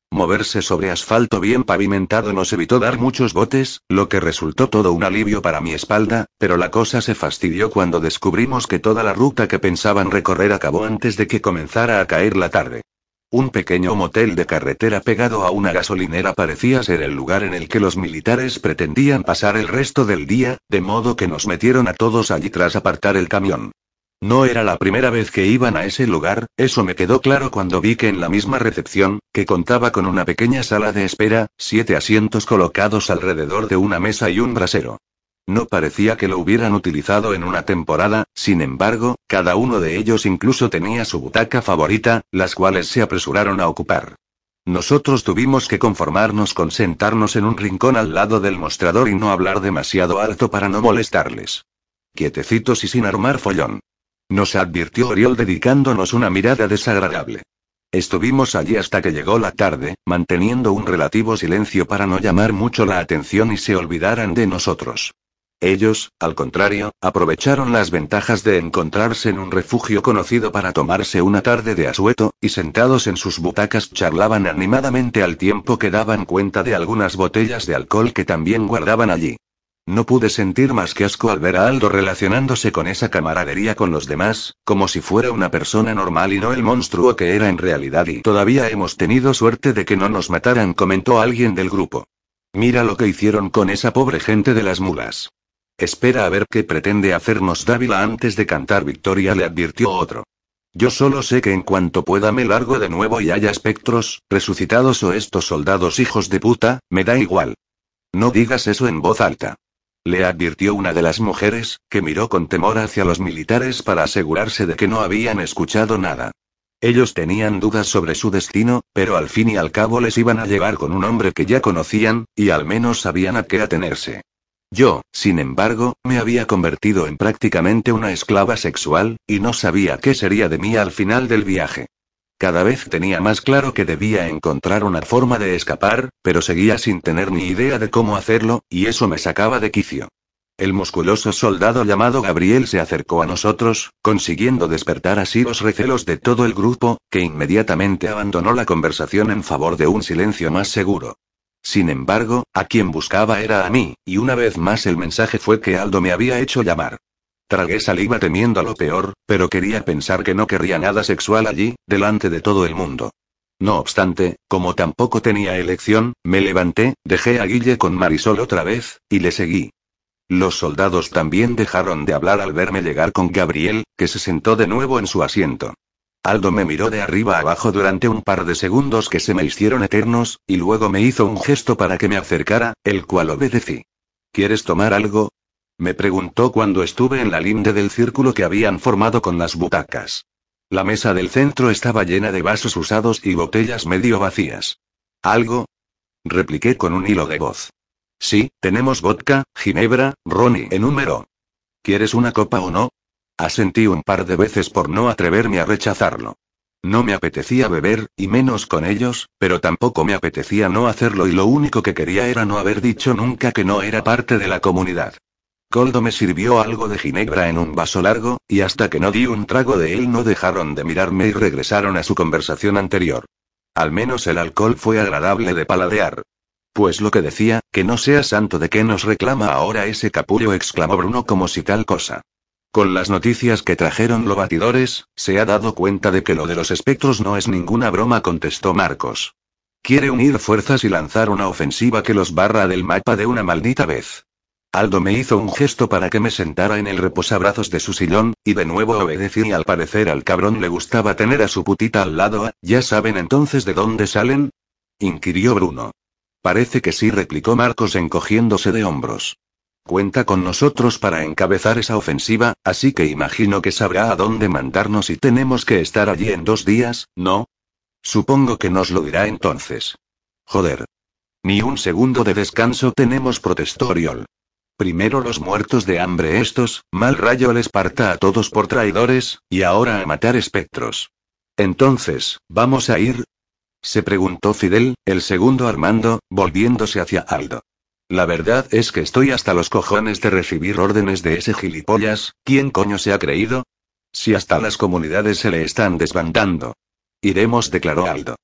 Moverse sobre asfalto bien pavimentado nos evitó dar muchos botes, lo que resultó todo un alivio para mi espalda, pero la cosa se fastidió cuando descubrimos que toda la ruta que pensaban recorrer acabó antes de que comenzara a caer la tarde. Un pequeño motel de carretera pegado a una gasolinera parecía ser el lugar en el que los militares pretendían pasar el resto del día, de modo que nos metieron a todos allí tras apartar el camión. No era la primera vez que iban a ese lugar, eso me quedó claro cuando vi que en la misma recepción, que contaba con una pequeña sala de espera, siete asientos colocados alrededor de una mesa y un brasero. No parecía que lo hubieran utilizado en una temporada, sin embargo, cada uno de ellos incluso tenía su butaca favorita, las cuales se apresuraron a ocupar. Nosotros tuvimos que conformarnos con sentarnos en un rincón al lado del mostrador y no hablar demasiado alto para no molestarles. Quietecitos y sin armar follón. Nos advirtió Oriol dedicándonos una mirada desagradable. Estuvimos allí hasta que llegó la tarde, manteniendo un relativo silencio para no llamar mucho la atención y se olvidaran de nosotros. Ellos, al contrario, aprovecharon las ventajas de encontrarse en un refugio conocido para tomarse una tarde de asueto, y sentados en sus butacas charlaban animadamente al tiempo que daban cuenta de algunas botellas de alcohol que también guardaban allí. No pude sentir más que asco al ver a Aldo relacionándose con esa camaradería con los demás, como si fuera una persona normal y no el monstruo que era en realidad. Y todavía hemos tenido suerte de que no nos mataran, comentó alguien del grupo. Mira lo que hicieron con esa pobre gente de las mulas. Espera a ver qué pretende hacernos Dávila antes de cantar victoria, le advirtió otro. Yo solo sé que en cuanto pueda me largo de nuevo y haya espectros, resucitados o estos soldados hijos de puta, me da igual. No digas eso en voz alta. Le advirtió una de las mujeres, que miró con temor hacia los militares para asegurarse de que no habían escuchado nada. Ellos tenían dudas sobre su destino, pero al fin y al cabo les iban a llevar con un hombre que ya conocían, y al menos sabían a qué atenerse. Yo, sin embargo, me había convertido en prácticamente una esclava sexual, y no sabía qué sería de mí al final del viaje. Cada vez tenía más claro que debía encontrar una forma de escapar, pero seguía sin tener ni idea de cómo hacerlo, y eso me sacaba de quicio. El musculoso soldado llamado Gabriel se acercó a nosotros, consiguiendo despertar así los recelos de todo el grupo, que inmediatamente abandonó la conversación en favor de un silencio más seguro. Sin embargo, a quien buscaba era a mí, y una vez más el mensaje fue que Aldo me había hecho llamar. Tragué saliva temiendo a lo peor, pero quería pensar que no querría nada sexual allí, delante de todo el mundo. No obstante, como tampoco tenía elección, me levanté, dejé a Guille con Marisol otra vez, y le seguí. Los soldados también dejaron de hablar al verme llegar con Gabriel, que se sentó de nuevo en su asiento. Aldo me miró de arriba abajo durante un par de segundos que se me hicieron eternos, y luego me hizo un gesto para que me acercara, el cual obedecí. ¿Quieres tomar algo?, me preguntó cuando estuve en la linde del círculo que habían formado con las butacas. La mesa del centro estaba llena de vasos usados y botellas medio vacías. ¿Algo?, repliqué con un hilo de voz. Sí, tenemos vodka, ginebra, ron y número. ¿Quieres una copa o no? Asentí un par de veces por no atreverme a rechazarlo. No me apetecía beber, y menos con ellos, pero tampoco me apetecía no hacerlo y lo único que quería era no haber dicho nunca que no era parte de la comunidad. Coldo me sirvió algo de ginebra en un vaso largo, y hasta que no di un trago de él no dejaron de mirarme y regresaron a su conversación anterior. Al menos el alcohol fue agradable de paladear. Pues lo que decía, que no sea santo de qué nos reclama ahora ese capullo, exclamó Bruno como si tal cosa. Con las noticias que trajeron los batidores, se ha dado cuenta de que lo de los espectros no es ninguna broma, contestó Marcos. Quiere unir fuerzas y lanzar una ofensiva que los barra del mapa de una maldita vez. Aldo me hizo un gesto para que me sentara en el reposabrazos de su sillón, y de nuevo obedecí y al parecer al cabrón le gustaba tener a su putita al lado. ¿Ya saben entonces de dónde salen?, inquirió Bruno. Parece que sí, replicó Marcos encogiéndose de hombros. Cuenta con nosotros para encabezar esa ofensiva, así que imagino que sabrá a dónde mandarnos y tenemos que estar allí en dos días, ¿no? Supongo que nos lo dirá entonces. Joder. Ni un segundo de descanso tenemos, protestó Oriol. Primero los muertos de hambre estos, mal rayo les parta a todos por traidores, y ahora a matar espectros. Entonces, ¿vamos a ir?, se preguntó Fidel, el segundo Armando, volviéndose hacia Aldo. La verdad es que estoy hasta los cojones de recibir órdenes de ese gilipollas. ¿Quién coño se ha creído? Si hasta las comunidades se le están desbandando. Iremos, declaró Aldo.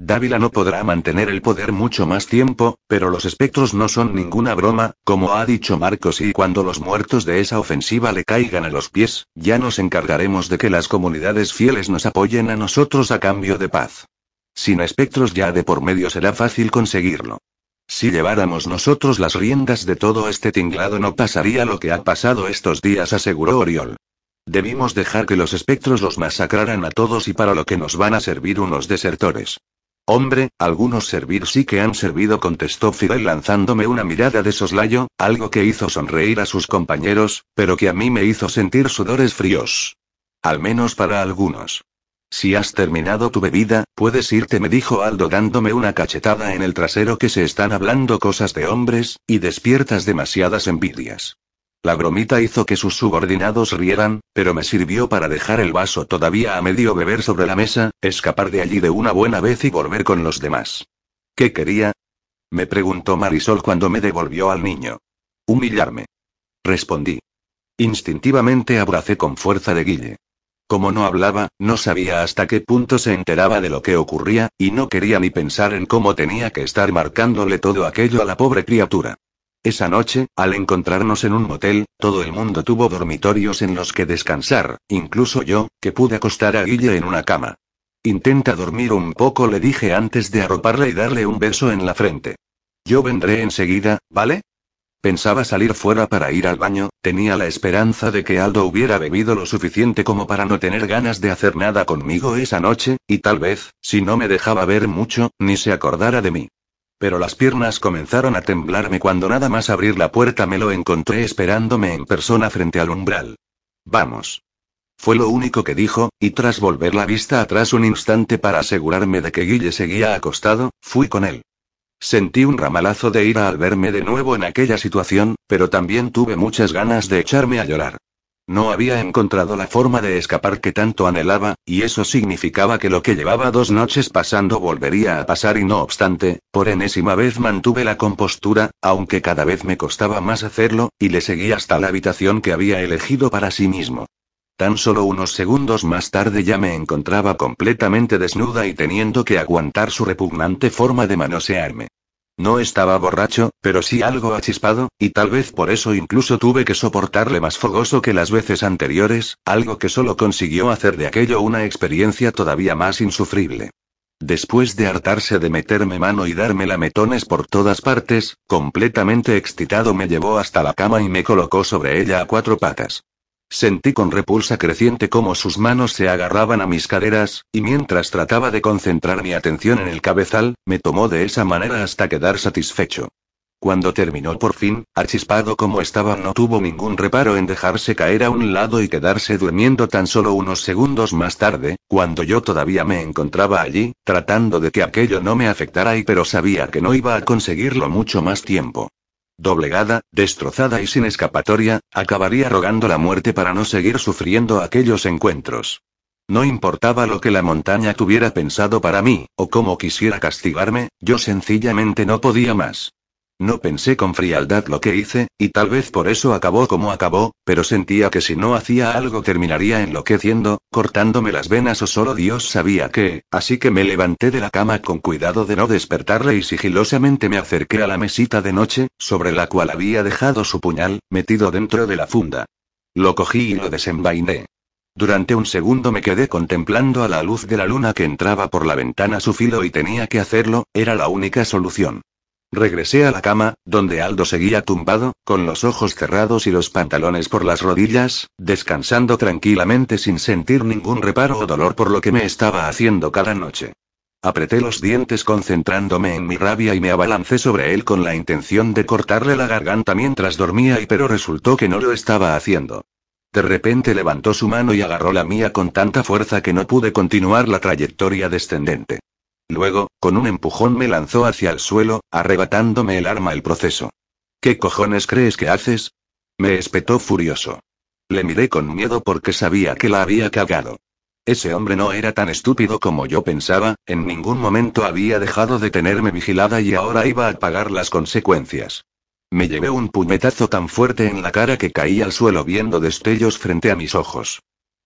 Dávila no podrá mantener el poder mucho más tiempo, pero los espectros no son ninguna broma, como ha dicho Marcos, y cuando los muertos de esa ofensiva le caigan a los pies, ya nos encargaremos de que las comunidades fieles nos apoyen a nosotros a cambio de paz. Sin espectros ya de por medio será fácil conseguirlo. Si lleváramos nosotros las riendas de todo este tinglado no pasaría lo que ha pasado estos días, aseguró Oriol. Debimos dejar que los espectros los masacraran a todos y para lo que nos van a servir unos desertores. Hombre, algunos servir sí que han servido, contestó Fidel lanzándome una mirada de soslayo, algo que hizo sonreír a sus compañeros, pero que a mí me hizo sentir sudores fríos. Al menos para algunos. Si has terminado tu bebida, puedes irte, me dijo Aldo dándome una cachetada en el trasero. Que se están hablando cosas de hombres, y despiertas demasiadas envidias. La bromita hizo que sus subordinados rieran, pero me sirvió para dejar el vaso todavía a medio beber sobre la mesa, escapar de allí de una buena vez y volver con los demás. ¿Qué quería? Me preguntó Marisol cuando me devolvió al niño. Humillarme. Respondí. Instintivamente abracé con fuerza de Guille. Como no hablaba, no sabía hasta qué punto se enteraba de lo que ocurría, y no quería ni pensar en cómo tenía que estar marcándole todo aquello a la pobre criatura. Esa noche, al encontrarnos en un motel, todo el mundo tuvo dormitorios en los que descansar, incluso yo, que pude acostar a Guille en una cama. Intenta dormir un poco, le dije antes de arroparle y darle un beso en la frente. Yo vendré enseguida, ¿vale? Pensaba salir fuera para ir al baño, tenía la esperanza de que Aldo hubiera bebido lo suficiente como para no tener ganas de hacer nada conmigo esa noche, y tal vez, si no me dejaba ver mucho, ni se acordara de mí. Pero las piernas comenzaron a temblarme cuando nada más abrir la puerta me lo encontré esperándome en persona frente al umbral. Vamos. Fue lo único que dijo, y tras volver la vista atrás un instante para asegurarme de que Guille seguía acostado, fui con él. Sentí un ramalazo de ira al verme de nuevo en aquella situación, pero también tuve muchas ganas de echarme a llorar. No había encontrado la forma de escapar que tanto anhelaba, y eso significaba que lo que llevaba dos noches pasando volvería a pasar y no obstante, por enésima vez mantuve la compostura, aunque cada vez me costaba más hacerlo, y le seguí hasta la habitación que había elegido para sí mismo. Tan solo unos segundos más tarde ya me encontraba completamente desnuda y teniendo que aguantar su repugnante forma de manosearme. No estaba borracho, pero sí algo achispado, y tal vez por eso incluso tuve que soportarle más fogoso que las veces anteriores, algo que solo consiguió hacer de aquello una experiencia todavía más insufrible. Después de hartarse de meterme mano y darme lametones por todas partes, completamente excitado me llevó hasta la cama y me colocó sobre ella a cuatro patas. Sentí con repulsa creciente cómo sus manos se agarraban a mis caderas, y mientras trataba de concentrar mi atención en el cabezal, me tomó de esa manera hasta quedar satisfecho. Cuando terminó por fin, achispado como estaba, no tuvo ningún reparo en dejarse caer a un lado y quedarse durmiendo tan solo unos segundos más tarde, cuando yo todavía me encontraba allí, tratando de que aquello no me afectara y pero sabía que no iba a conseguirlo mucho más tiempo. Doblegada, destrozada y sin escapatoria, acabaría rogando la muerte para no seguir sufriendo aquellos encuentros. No importaba lo que la montaña tuviera pensado para mí, o cómo quisiera castigarme, yo sencillamente no podía más. No pensé con frialdad lo que hice, y tal vez por eso acabó como acabó, pero sentía que si no hacía algo terminaría enloqueciendo, cortándome las venas o solo Dios sabía qué, así que me levanté de la cama con cuidado de no despertarle y sigilosamente me acerqué a la mesita de noche, sobre la cual había dejado su puñal, metido dentro de la funda. Lo cogí y lo desenvainé. Durante un segundo me quedé contemplando a la luz de la luna que entraba por la ventana su filo y tenía que hacerlo, era la única solución. Regresé a la cama, donde Aldo seguía tumbado, con los ojos cerrados y los pantalones por las rodillas, descansando tranquilamente sin sentir ningún reparo o dolor por lo que me estaba haciendo cada noche. Apreté los dientes concentrándome en mi rabia y me abalancé sobre él con la intención de cortarle la garganta mientras dormía y pero resultó que no lo estaba haciendo. De repente levantó su mano y agarró la mía con tanta fuerza que no pude continuar la trayectoria descendente. Luego, con un empujón me lanzó hacia el suelo, arrebatándome el arma al proceso. ¿Qué cojones crees que haces? Me espetó furioso. Le miré con miedo porque sabía que la había cagado. Ese hombre no era tan estúpido como yo pensaba, en ningún momento había dejado de tenerme vigilada y ahora iba a pagar las consecuencias. Me llevé un puñetazo tan fuerte en la cara que caí al suelo viendo destellos frente a mis ojos.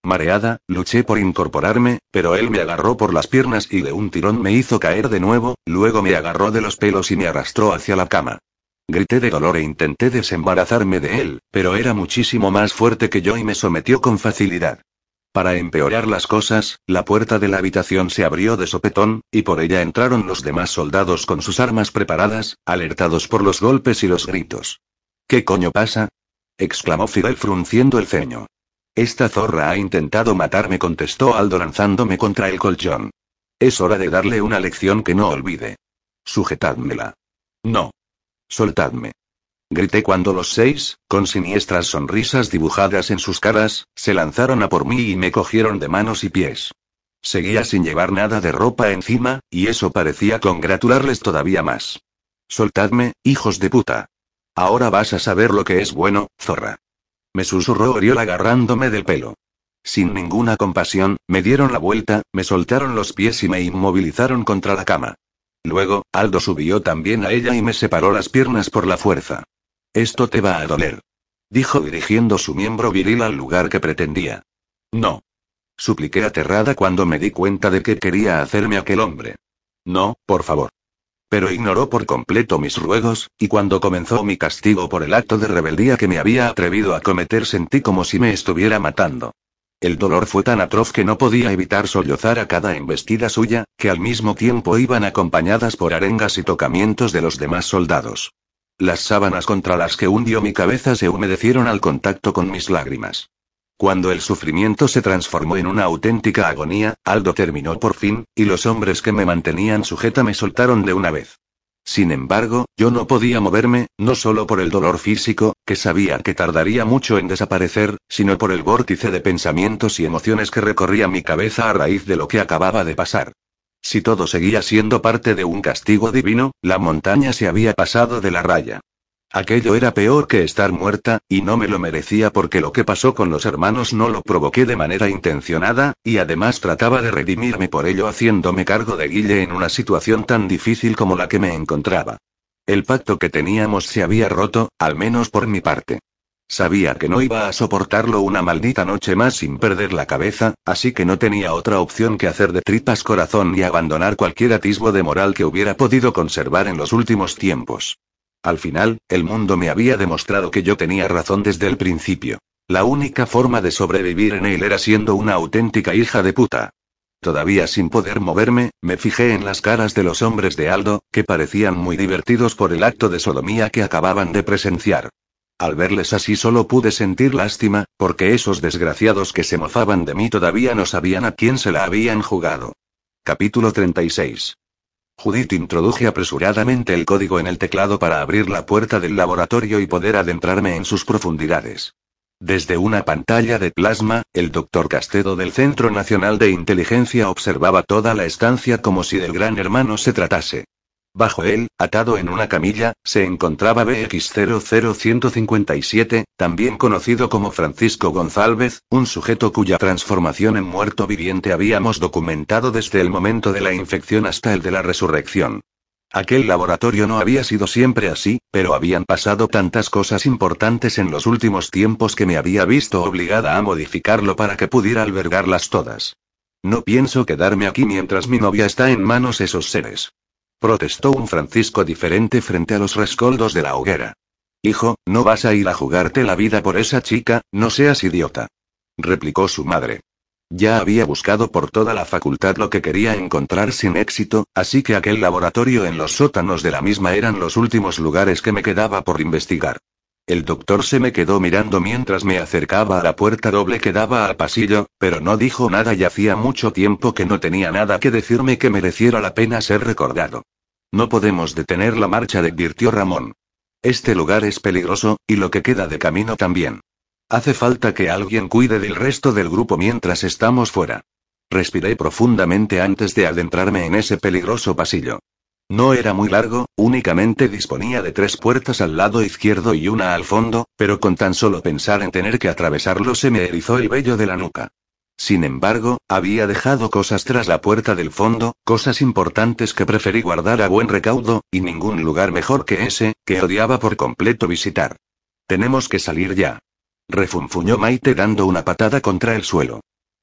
Mareada, luché por incorporarme, pero él me agarró por las piernas y de un tirón me hizo caer de nuevo, luego me agarró de los pelos y me arrastró hacia la cama. Grité de dolor e intenté desembarazarme de él, pero era muchísimo más fuerte que yo y me sometió con facilidad. Para empeorar las cosas, la puerta de la habitación se abrió de sopetón, y por ella entraron los demás soldados con sus armas preparadas, alertados por los golpes y los gritos. ¿Qué coño pasa?, exclamó Fidel frunciendo el ceño. Esta zorra ha intentado matarme, contestó Aldo lanzándome contra el colchón. Es hora de darle una lección que no olvide. Sujetádmela. No. Soltadme. Grité cuando los seis, con siniestras sonrisas dibujadas en sus caras, se lanzaron a por mí y me cogieron de manos y pies. Seguía sin llevar nada de ropa encima, y eso parecía congratularles todavía más. Soltadme, hijos de puta. Ahora vas a saber lo que es bueno, zorra. Me susurró Oriol agarrándome del pelo. Sin ninguna compasión, me dieron la vuelta, me soltaron los pies y me inmovilizaron contra la cama. Luego, Aldo subió también a ella y me separó las piernas por la fuerza. Esto te va a doler, dijo dirigiendo su miembro viril al lugar que pretendía. No. Supliqué aterrada cuando me di cuenta de qué quería hacerme aquel hombre. No, por favor. Pero ignoró por completo mis ruegos, y cuando comenzó mi castigo por el acto de rebeldía que me había atrevido a cometer sentí como si me estuviera matando. El dolor fue tan atroz que no podía evitar sollozar a cada embestida suya, que al mismo tiempo iban acompañadas por arengas y tocamientos de los demás soldados. Las sábanas contra las que hundió mi cabeza se humedecieron al contacto con mis lágrimas. Cuando el sufrimiento se transformó en una auténtica agonía, Aldo terminó por fin, y los hombres que me mantenían sujeta me soltaron de una vez. Sin embargo, yo no podía moverme, no solo por el dolor físico, que sabía que tardaría mucho en desaparecer, sino por el vórtice de pensamientos y emociones que recorría mi cabeza a raíz de lo que acababa de pasar. Si todo seguía siendo parte de un castigo divino, la montaña se había pasado de la raya. Aquello era peor que estar muerta, y no me lo merecía porque lo que pasó con los hermanos no lo provoqué de manera intencionada, y además trataba de redimirme por ello haciéndome cargo de Guille en una situación tan difícil como la que me encontraba. El pacto que teníamos se había roto, al menos por mi parte. Sabía que no iba a soportarlo una maldita noche más sin perder la cabeza, así que no tenía otra opción que hacer de tripas corazón y abandonar cualquier atisbo de moral que hubiera podido conservar en los últimos tiempos. Al final, el mundo me había demostrado que yo tenía razón desde el principio. La única forma de sobrevivir en él era siendo una auténtica hija de puta. Todavía sin poder moverme, me fijé en las caras de los hombres de Aldo, que parecían muy divertidos por el acto de sodomía que acababan de presenciar. Al verles así solo pude sentir lástima, porque esos desgraciados que se mofaban de mí todavía no sabían a quién se la habían jugado. Capítulo treinta y seis. Judith introduje apresuradamente el código en el teclado para abrir la puerta del laboratorio y poder adentrarme en sus profundidades. Desde una pantalla de plasma, el doctor Castedo del Centro Nacional de Inteligencia observaba toda la estancia como si del Gran Hermano se tratase. Bajo él, atado en una camilla, se encontraba B X cero cero uno cinco siete, también conocido como Francisco González, un sujeto cuya transformación en muerto viviente habíamos documentado desde el momento de la infección hasta el de la resurrección. Aquel laboratorio no había sido siempre así, pero habían pasado tantas cosas importantes en los últimos tiempos que me había visto obligada a modificarlo para que pudiera albergarlas todas. No pienso quedarme aquí mientras mi novia está en manos de esos seres. Protestó un Francisco diferente frente a los rescoldos de la hoguera. Hijo, no vas a ir a jugarte la vida por esa chica, no seas idiota. Replicó su madre. Ya había buscado por toda la facultad lo que quería encontrar sin éxito, así que aquel laboratorio en los sótanos de la misma eran los últimos lugares que me quedaba por investigar. El doctor se me quedó mirando mientras me acercaba a la puerta doble que daba al pasillo, pero no dijo nada y hacía mucho tiempo que no tenía nada que decirme que mereciera la pena ser recordado. No podemos detener la marcha, advirtió Ramón. Este lugar es peligroso, y lo que queda de camino también. Hace falta que alguien cuide del resto del grupo mientras estamos fuera. Respiré profundamente antes de adentrarme en ese peligroso pasillo. No era muy largo, únicamente disponía de tres puertas al lado izquierdo y una al fondo, pero con tan solo pensar en tener que atravesarlo se me erizó el vello de la nuca. Sin embargo, había dejado cosas tras la puerta del fondo, cosas importantes que preferí guardar a buen recaudo, y ningún lugar mejor que ese, que odiaba por completo visitar. Tenemos que salir ya. Refunfuñó Maite dando una patada contra el suelo.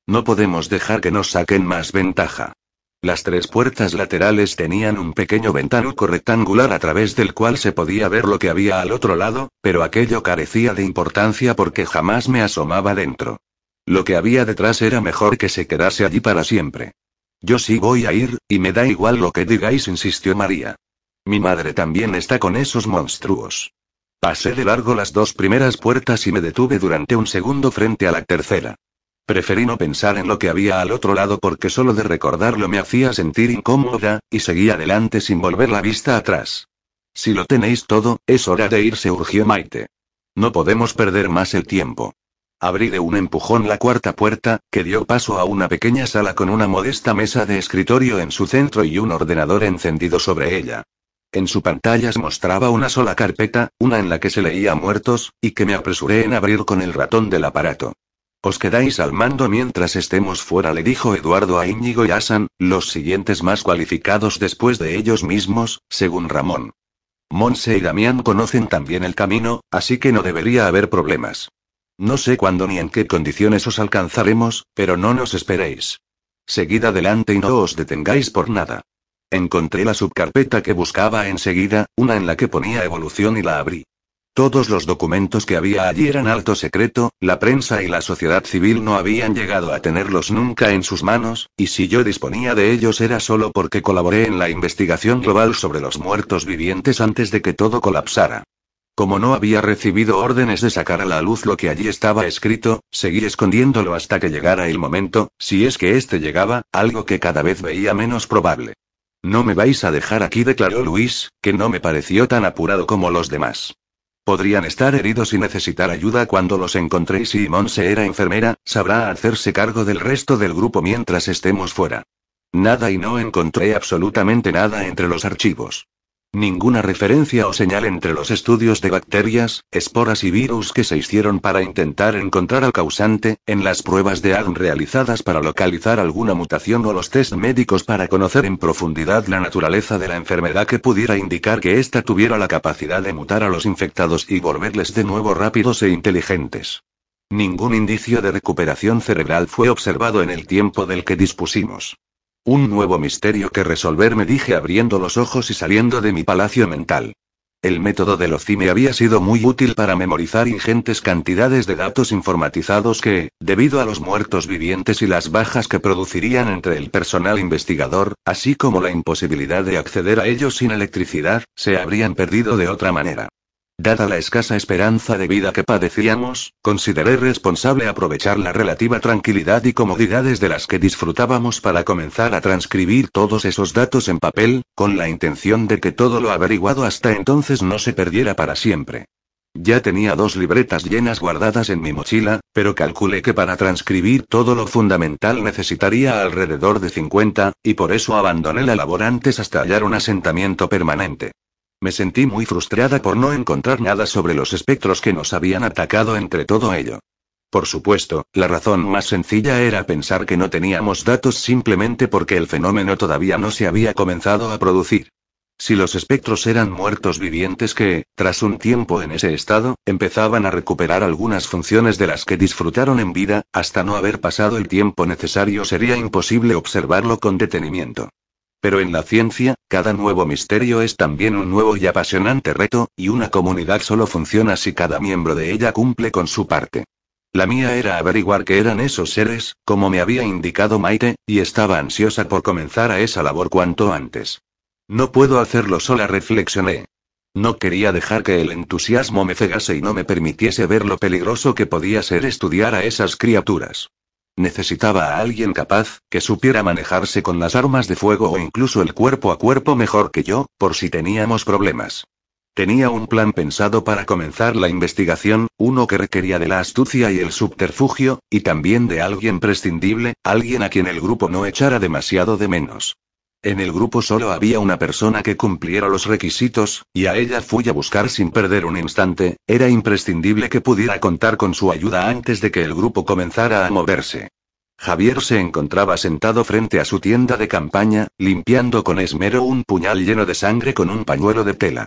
No podemos dejar que nos saquen más ventaja. Las tres puertas laterales tenían un pequeño ventanuco rectangular a través del cual se podía ver lo que había al otro lado, pero aquello carecía de importancia porque jamás me asomaba dentro. Lo que había detrás era mejor que se quedase allí para siempre. Yo sí voy a ir, y me da igual lo que digáis, insistió María. Mi madre también está con esos monstruos. Pasé de largo las dos primeras puertas y me detuve durante un segundo frente a la tercera. Preferí no pensar en lo que había al otro lado porque solo de recordarlo me hacía sentir incómoda, y seguí adelante sin volver la vista atrás. Si lo tenéis todo, es hora de irse, urgió Maite. No podemos perder más el tiempo. Abrí de un empujón la cuarta puerta, que dio paso a una pequeña sala con una modesta mesa de escritorio en su centro y un ordenador encendido sobre ella. En su pantalla se mostraba una sola carpeta, una en la que se leía Muertos, y que me apresuré en abrir con el ratón del aparato. Os quedáis al mando mientras estemos fuera, le dijo Eduardo a Íñigo y Hassan, los siguientes más cualificados después de ellos mismos, según Ramón. Monse y Damián conocen también el camino, así que no debería haber problemas. No sé cuándo ni en qué condiciones os alcanzaremos, pero no nos esperéis. Seguid adelante y no os detengáis por nada. Encontré la subcarpeta que buscaba enseguida, una en la que ponía evolución, y la abrí. Todos los documentos que había allí eran alto secreto, la prensa y la sociedad civil no habían llegado a tenerlos nunca en sus manos, y si yo disponía de ellos era solo porque colaboré en la investigación global sobre los muertos vivientes antes de que todo colapsara. Como no había recibido órdenes de sacar a la luz lo que allí estaba escrito, seguí escondiéndolo hasta que llegara el momento, si es que éste llegaba, algo que cada vez veía menos probable. No me vais a dejar aquí, declaró Luis, que no me pareció tan apurado como los demás. Podrían estar heridos y necesitar ayuda cuando los encontréis, y si Monse era enfermera, sabrá hacerse cargo del resto del grupo mientras estemos fuera. Nada, y no encontré absolutamente nada entre los archivos. Ninguna referencia o señal entre los estudios de bacterias, esporas y virus que se hicieron para intentar encontrar al causante, en las pruebas de A D N realizadas para localizar alguna mutación o los test médicos para conocer en profundidad la naturaleza de la enfermedad que pudiera indicar que ésta tuviera la capacidad de mutar a los infectados y volverles de nuevo rápidos e inteligentes. Ningún indicio de recuperación cerebral fue observado en el tiempo del que dispusimos. Un nuevo misterio que resolver, me dije abriendo los ojos y saliendo de mi palacio mental. El método de Loci me había sido muy útil para memorizar ingentes cantidades de datos informatizados que, debido a los muertos vivientes y las bajas que producirían entre el personal investigador, así como la imposibilidad de acceder a ellos sin electricidad, se habrían perdido de otra manera. Dada la escasa esperanza de vida que padecíamos, consideré responsable aprovechar la relativa tranquilidad y comodidades de las que disfrutábamos para comenzar a transcribir todos esos datos en papel, con la intención de que todo lo averiguado hasta entonces no se perdiera para siempre. Ya tenía dos libretas llenas guardadas en mi mochila, pero calculé que para transcribir todo lo fundamental necesitaría alrededor de cincuenta, y por eso abandoné la labor antes hasta hallar un asentamiento permanente. Me sentí muy frustrada por no encontrar nada sobre los espectros que nos habían atacado entre todo ello. Por supuesto, la razón más sencilla era pensar que no teníamos datos simplemente porque el fenómeno todavía no se había comenzado a producir. Si los espectros eran muertos vivientes que, tras un tiempo en ese estado, empezaban a recuperar algunas funciones de las que disfrutaron en vida, hasta no haber pasado el tiempo necesario sería imposible observarlo con detenimiento. Pero en la ciencia, cada nuevo misterio es también un nuevo y apasionante reto, y una comunidad solo funciona si cada miembro de ella cumple con su parte. La mía era averiguar qué eran esos seres, como me había indicado Maite, y estaba ansiosa por comenzar a esa labor cuanto antes. No puedo hacerlo sola, reflexioné. No quería dejar que el entusiasmo me cegase y no me permitiese ver lo peligroso que podía ser estudiar a esas criaturas. Necesitaba a alguien capaz, que supiera manejarse con las armas de fuego o incluso el cuerpo a cuerpo mejor que yo, por si teníamos problemas. Tenía un plan pensado para comenzar la investigación, uno que requería de la astucia y el subterfugio, y también de alguien prescindible, alguien a quien el grupo no echara demasiado de menos. En el grupo solo había una persona que cumpliera los requisitos, y a ella fui a buscar sin perder un instante. Era imprescindible que pudiera contar con su ayuda antes de que el grupo comenzara a moverse. Javier se encontraba sentado frente a su tienda de campaña, limpiando con esmero un puñal lleno de sangre con un pañuelo de tela.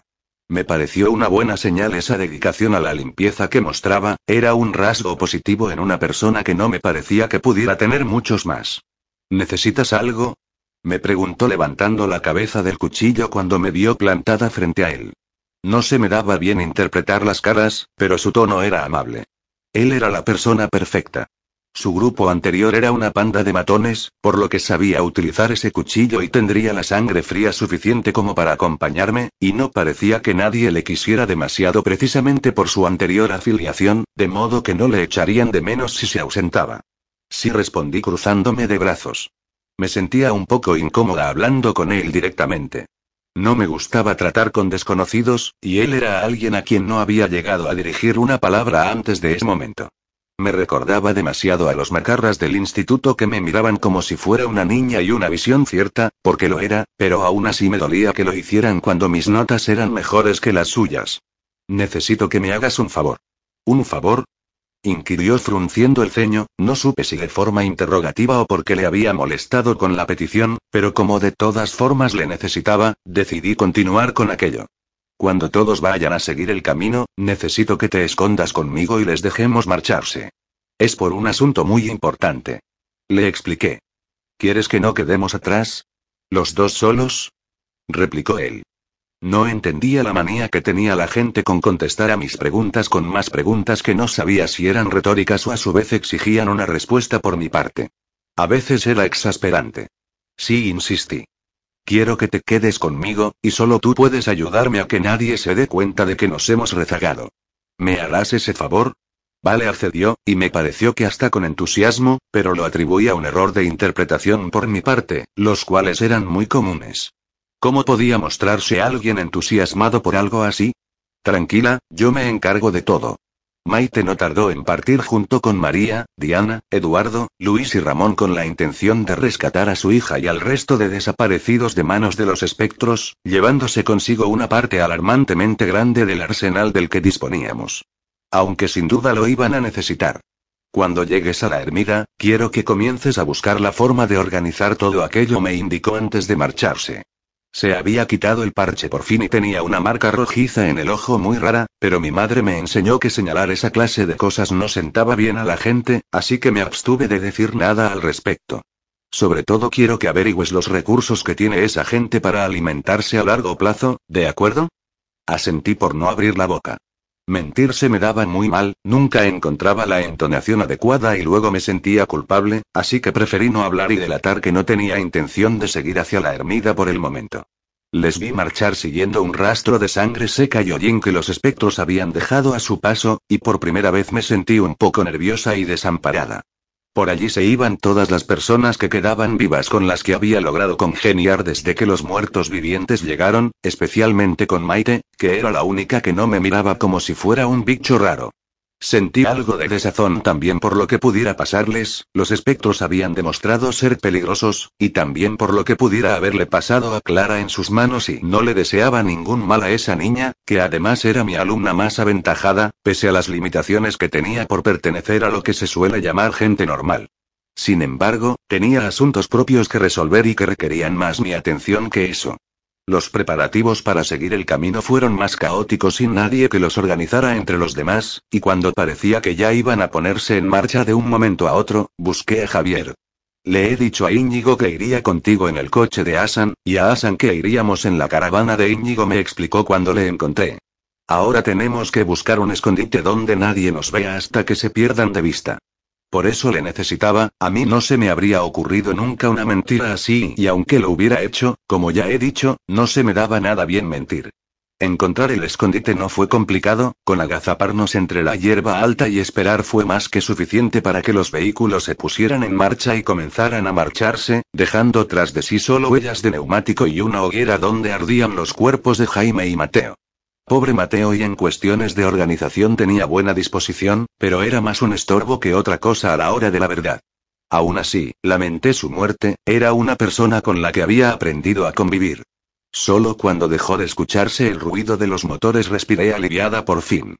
Me pareció una buena señal esa dedicación a la limpieza que mostraba, era un rasgo positivo en una persona que no me parecía que pudiera tener muchos más. ¿Necesitas algo?, me preguntó levantando la cabeza del cuchillo cuando me vio plantada frente a él. No se me daba bien interpretar las caras, pero su tono era amable. Él era la persona perfecta. Su grupo anterior era una panda de matones, por lo que sabía utilizar ese cuchillo y tendría la sangre fría suficiente como para acompañarme, y no parecía que nadie le quisiera demasiado precisamente por su anterior afiliación, de modo que no le echarían de menos si se ausentaba. Sí, respondí cruzándome de brazos. Me sentía un poco incómoda hablando con él directamente. No me gustaba tratar con desconocidos, y él era alguien a quien no había llegado a dirigir una palabra antes de ese momento. Me recordaba demasiado a los macarras del instituto que me miraban como si fuera una niña y una visión cierta, porque lo era, pero aún así me dolía que lo hicieran cuando mis notas eran mejores que las suyas. Necesito que me hagas un favor. ¿Un favor?, inquirió frunciendo el ceño. No supe si de forma interrogativa o porque le había molestado con la petición, pero como de todas formas le necesitaba, decidí continuar con aquello. Cuando todos vayan a seguir el camino, necesito que te escondas conmigo y les dejemos marcharse. Es por un asunto muy importante. Le expliqué. ¿Quieres que no quedemos atrás? ¿Los dos solos?, replicó él. No entendía la manía que tenía la gente con contestar a mis preguntas con más preguntas que no sabía si eran retóricas o a su vez exigían una respuesta por mi parte. A veces era exasperante. Sí, insistí. Quiero que te quedes conmigo, y solo tú puedes ayudarme a que nadie se dé cuenta de que nos hemos rezagado. ¿Me harás ese favor? Vale, accedió, y me pareció que hasta con entusiasmo, pero lo atribuí a un error de interpretación por mi parte, los cuales eran muy comunes. ¿Cómo podía mostrarse alguien entusiasmado por algo así? Tranquila, yo me encargo de todo. Maite no tardó en partir junto con María, Diana, Eduardo, Luis y Ramón con la intención de rescatar a su hija y al resto de desaparecidos de manos de los espectros, llevándose consigo una parte alarmantemente grande del arsenal del que disponíamos. Aunque sin duda lo iban a necesitar. Cuando llegues a la ermita, quiero que comiences a buscar la forma de organizar todo aquello, me indicó antes de marcharse. Se había quitado el parche por fin y tenía una marca rojiza en el ojo muy rara, pero mi madre me enseñó que señalar esa clase de cosas no sentaba bien a la gente, así que me abstuve de decir nada al respecto. Sobre todo quiero que averigües los recursos que tiene esa gente para alimentarse a largo plazo, ¿de acuerdo? Asentí por no abrir la boca. Mentir se me daba muy mal, nunca encontraba la entonación adecuada y luego me sentía culpable, así que preferí no hablar y delatar que no tenía intención de seguir hacia la ermita por el momento. Les vi marchar siguiendo un rastro de sangre seca y hollín que los espectros habían dejado a su paso, y por primera vez me sentí un poco nerviosa y desamparada. Por allí se iban todas las personas que quedaban vivas con las que había logrado congeniar desde que los muertos vivientes llegaron, especialmente con Maite, que era la única que no me miraba como si fuera un bicho raro. Sentí algo de desazón también por lo que pudiera pasarles, los espectros habían demostrado ser peligrosos, y también por lo que pudiera haberle pasado a Clara en sus manos y no le deseaba ningún mal a esa niña, que además era mi alumna más aventajada, pese a las limitaciones que tenía por pertenecer a lo que se suele llamar gente normal. Sin embargo, tenía asuntos propios que resolver y que requerían más mi atención que eso. Los preparativos para seguir el camino fueron más caóticos sin nadie que los organizara entre los demás, y cuando parecía que ya iban a ponerse en marcha de un momento a otro, busqué a Javier. Le he dicho a Íñigo que iría contigo en el coche de Hasan, y a Hasan que iríamos en la caravana de Íñigo, me explicó cuando le encontré. Ahora tenemos que buscar un escondite donde nadie nos vea hasta que se pierdan de vista. Por eso le necesitaba, a mí no se me habría ocurrido nunca una mentira así, y aunque lo hubiera hecho, como ya he dicho, no se me daba nada bien mentir. Encontrar el escondite no fue complicado, con agazaparnos entre la hierba alta y esperar fue más que suficiente para que los vehículos se pusieran en marcha y comenzaran a marcharse, dejando tras de sí solo huellas de neumático y una hoguera donde ardían los cuerpos de Jaime y Mateo. Pobre Mateo, y en cuestiones de organización tenía buena disposición, pero era más un estorbo que otra cosa a la hora de la verdad. Aún así, lamenté su muerte, era una persona con la que había aprendido a convivir. Solo cuando dejó de escucharse el ruido de los motores respiré aliviada por fin.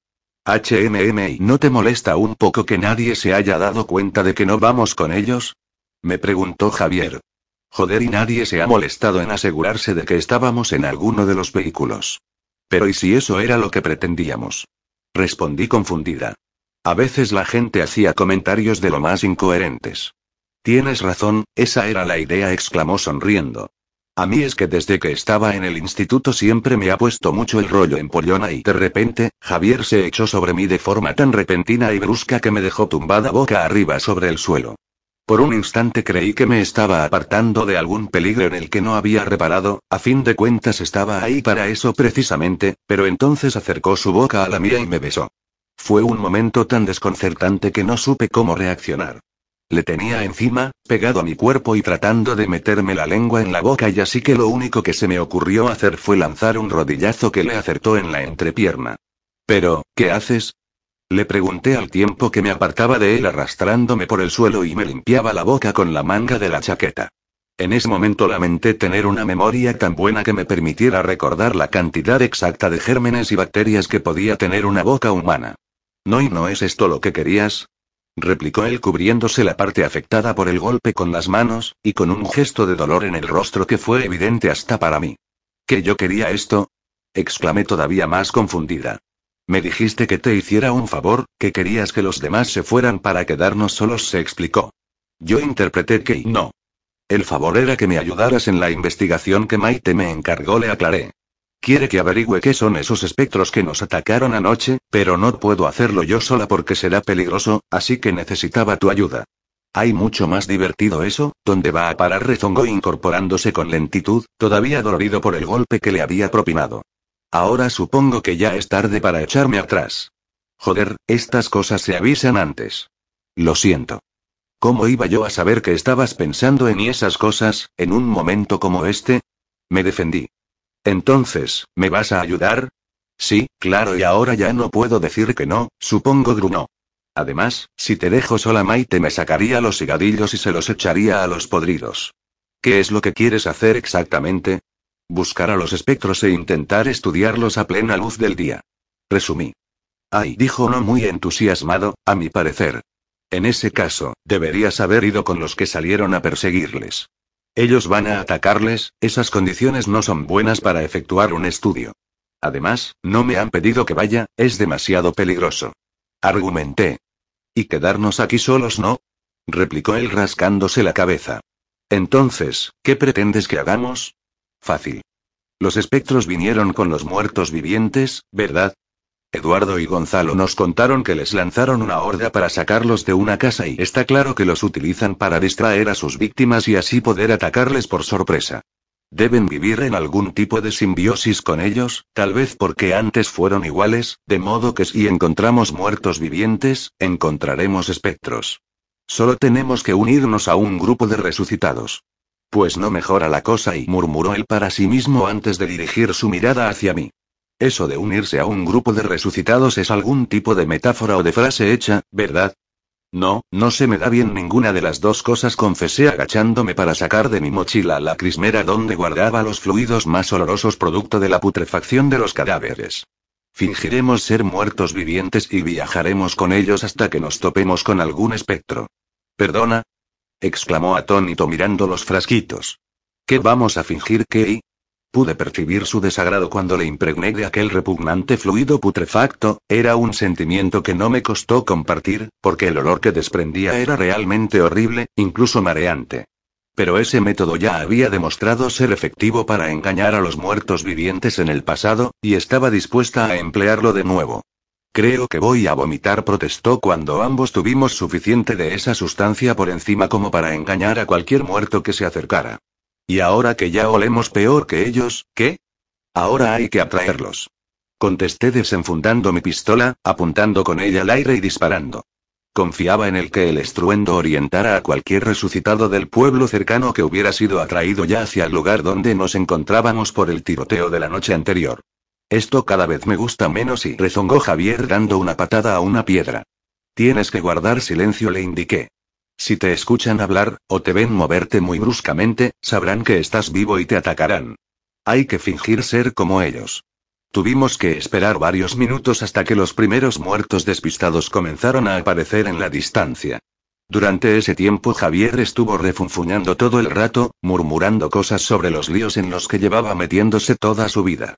H M M ¿Y no te molesta un poco que nadie se haya dado cuenta de que no vamos con ellos?, me preguntó Javier. Joder, y nadie se ha molestado en asegurarse de que estábamos en alguno de los vehículos. Pero ¿y si eso era lo que pretendíamos? Respondí confundida. A veces la gente hacía comentarios de lo más incoherentes. Tienes razón, esa era la idea, exclamó sonriendo. A mí es que desde que estaba en el instituto siempre me ha puesto mucho el rollo en pollona y de repente, Javier se echó sobre mí de forma tan repentina y brusca que me dejó tumbada boca arriba sobre el suelo. Por un instante creí que me estaba apartando de algún peligro en el que no había reparado, a fin de cuentas estaba ahí para eso precisamente, pero entonces acercó su boca a la mía y me besó. Fue un momento tan desconcertante que no supe cómo reaccionar. Le tenía encima, pegado a mi cuerpo y tratando de meterme la lengua en la boca, y así que lo único que se me ocurrió hacer fue lanzar un rodillazo que le acertó en la entrepierna. Pero, ¿qué haces? Le pregunté al tiempo que me apartaba de él arrastrándome por el suelo y me limpiaba la boca con la manga de la chaqueta. En ese momento lamenté tener una memoria tan buena que me permitiera recordar la cantidad exacta de gérmenes y bacterias que podía tener una boca humana. ¿No y no es esto lo que querías?, replicó él cubriéndose la parte afectada por el golpe con las manos, y con un gesto de dolor en el rostro que fue evidente hasta para mí. ¿Que yo quería esto?, exclamé todavía más confundida. Me dijiste que te hiciera un favor, que querías que los demás se fueran para quedarnos solos, se explicó. Yo interpreté que no. El favor era que me ayudaras en la investigación que Maite me encargó, le aclaré. Quiere que averigüe qué son esos espectros que nos atacaron anoche, pero no puedo hacerlo yo sola porque será peligroso, así que necesitaba tu ayuda. Hay mucho más divertido eso, ¿dónde va a parar?, rezongó incorporándose con lentitud, todavía dolorido por el golpe que le había propinado. Ahora supongo que ya es tarde para echarme atrás. Joder, estas cosas se avisan antes. Lo siento. ¿Cómo iba yo a saber que estabas pensando en esas cosas, en un momento como este? Me defendí. Entonces, ¿me vas a ayudar? Sí, claro, y ahora ya no puedo decir que no, supongo, grunó. Además, si te dejo sola, Maite me sacaría los higadillos y se los echaría a los podridos. ¿Qué es lo que quieres hacer exactamente? Buscar a los espectros e intentar estudiarlos a plena luz del día. Resumí. Ay, dijo no muy entusiasmado, a mi parecer. En ese caso, deberías haber ido con los que salieron a perseguirles. Ellos van a atacarles, esas condiciones no son buenas para efectuar un estudio. Además, no me han pedido que vaya, es demasiado peligroso. Argumenté. ¿Y quedarnos aquí solos no?, replicó él rascándose la cabeza. Entonces, ¿qué pretendes que hagamos? Fácil. Los espectros vinieron con los muertos vivientes, ¿verdad? Eduardo y Gonzalo nos contaron que les lanzaron una horda para sacarlos de una casa y está claro que los utilizan para distraer a sus víctimas y así poder atacarles por sorpresa. Deben vivir en algún tipo de simbiosis con ellos, tal vez porque antes fueron iguales, de modo que si encontramos muertos vivientes, encontraremos espectros. Solo tenemos que unirnos a un grupo de resucitados. Pues no mejora la cosa, y murmuró él para sí mismo antes de dirigir su mirada hacia mí. Eso de unirse a un grupo de resucitados es algún tipo de metáfora o de frase hecha, ¿verdad? No, no se me da bien ninguna de las dos cosas, confesé agachándome para sacar de mi mochila la crismera donde guardaba los fluidos más olorosos producto de la putrefacción de los cadáveres. Fingiremos ser muertos vivientes y viajaremos con ellos hasta que nos topemos con algún espectro. ¿Perdona?, exclamó atónito mirando los frasquitos. ¿Qué vamos a fingir que? Pude percibir su desagrado cuando le impregné de aquel repugnante fluido putrefacto, era un sentimiento que no me costó compartir, porque el olor que desprendía era realmente horrible, incluso mareante. Pero ese método ya había demostrado ser efectivo para engañar a los muertos vivientes en el pasado, y estaba dispuesta a emplearlo de nuevo. Creo que voy a vomitar, protestó cuando ambos tuvimos suficiente de esa sustancia por encima como para engañar a cualquier muerto que se acercara. Y ahora que ya olemos peor que ellos, ¿qué? Ahora hay que atraerlos. Contesté desenfundando mi pistola, apuntando con ella al aire y disparando. Confiaba en el que el estruendo orientara a cualquier resucitado del pueblo cercano que hubiera sido atraído ya hacia el lugar donde nos encontrábamos por el tiroteo de la noche anterior. Esto cada vez me gusta menos, y rezongó Javier dando una patada a una piedra. Tienes que guardar silencio, le indiqué. Si te escuchan hablar, o te ven moverte muy bruscamente, sabrán que estás vivo y te atacarán. Hay que fingir ser como ellos. Tuvimos que esperar varios minutos hasta que los primeros muertos despistados comenzaron a aparecer en la distancia. Durante ese tiempo Javier estuvo refunfuñando todo el rato, murmurando cosas sobre los líos en los que llevaba metiéndose toda su vida.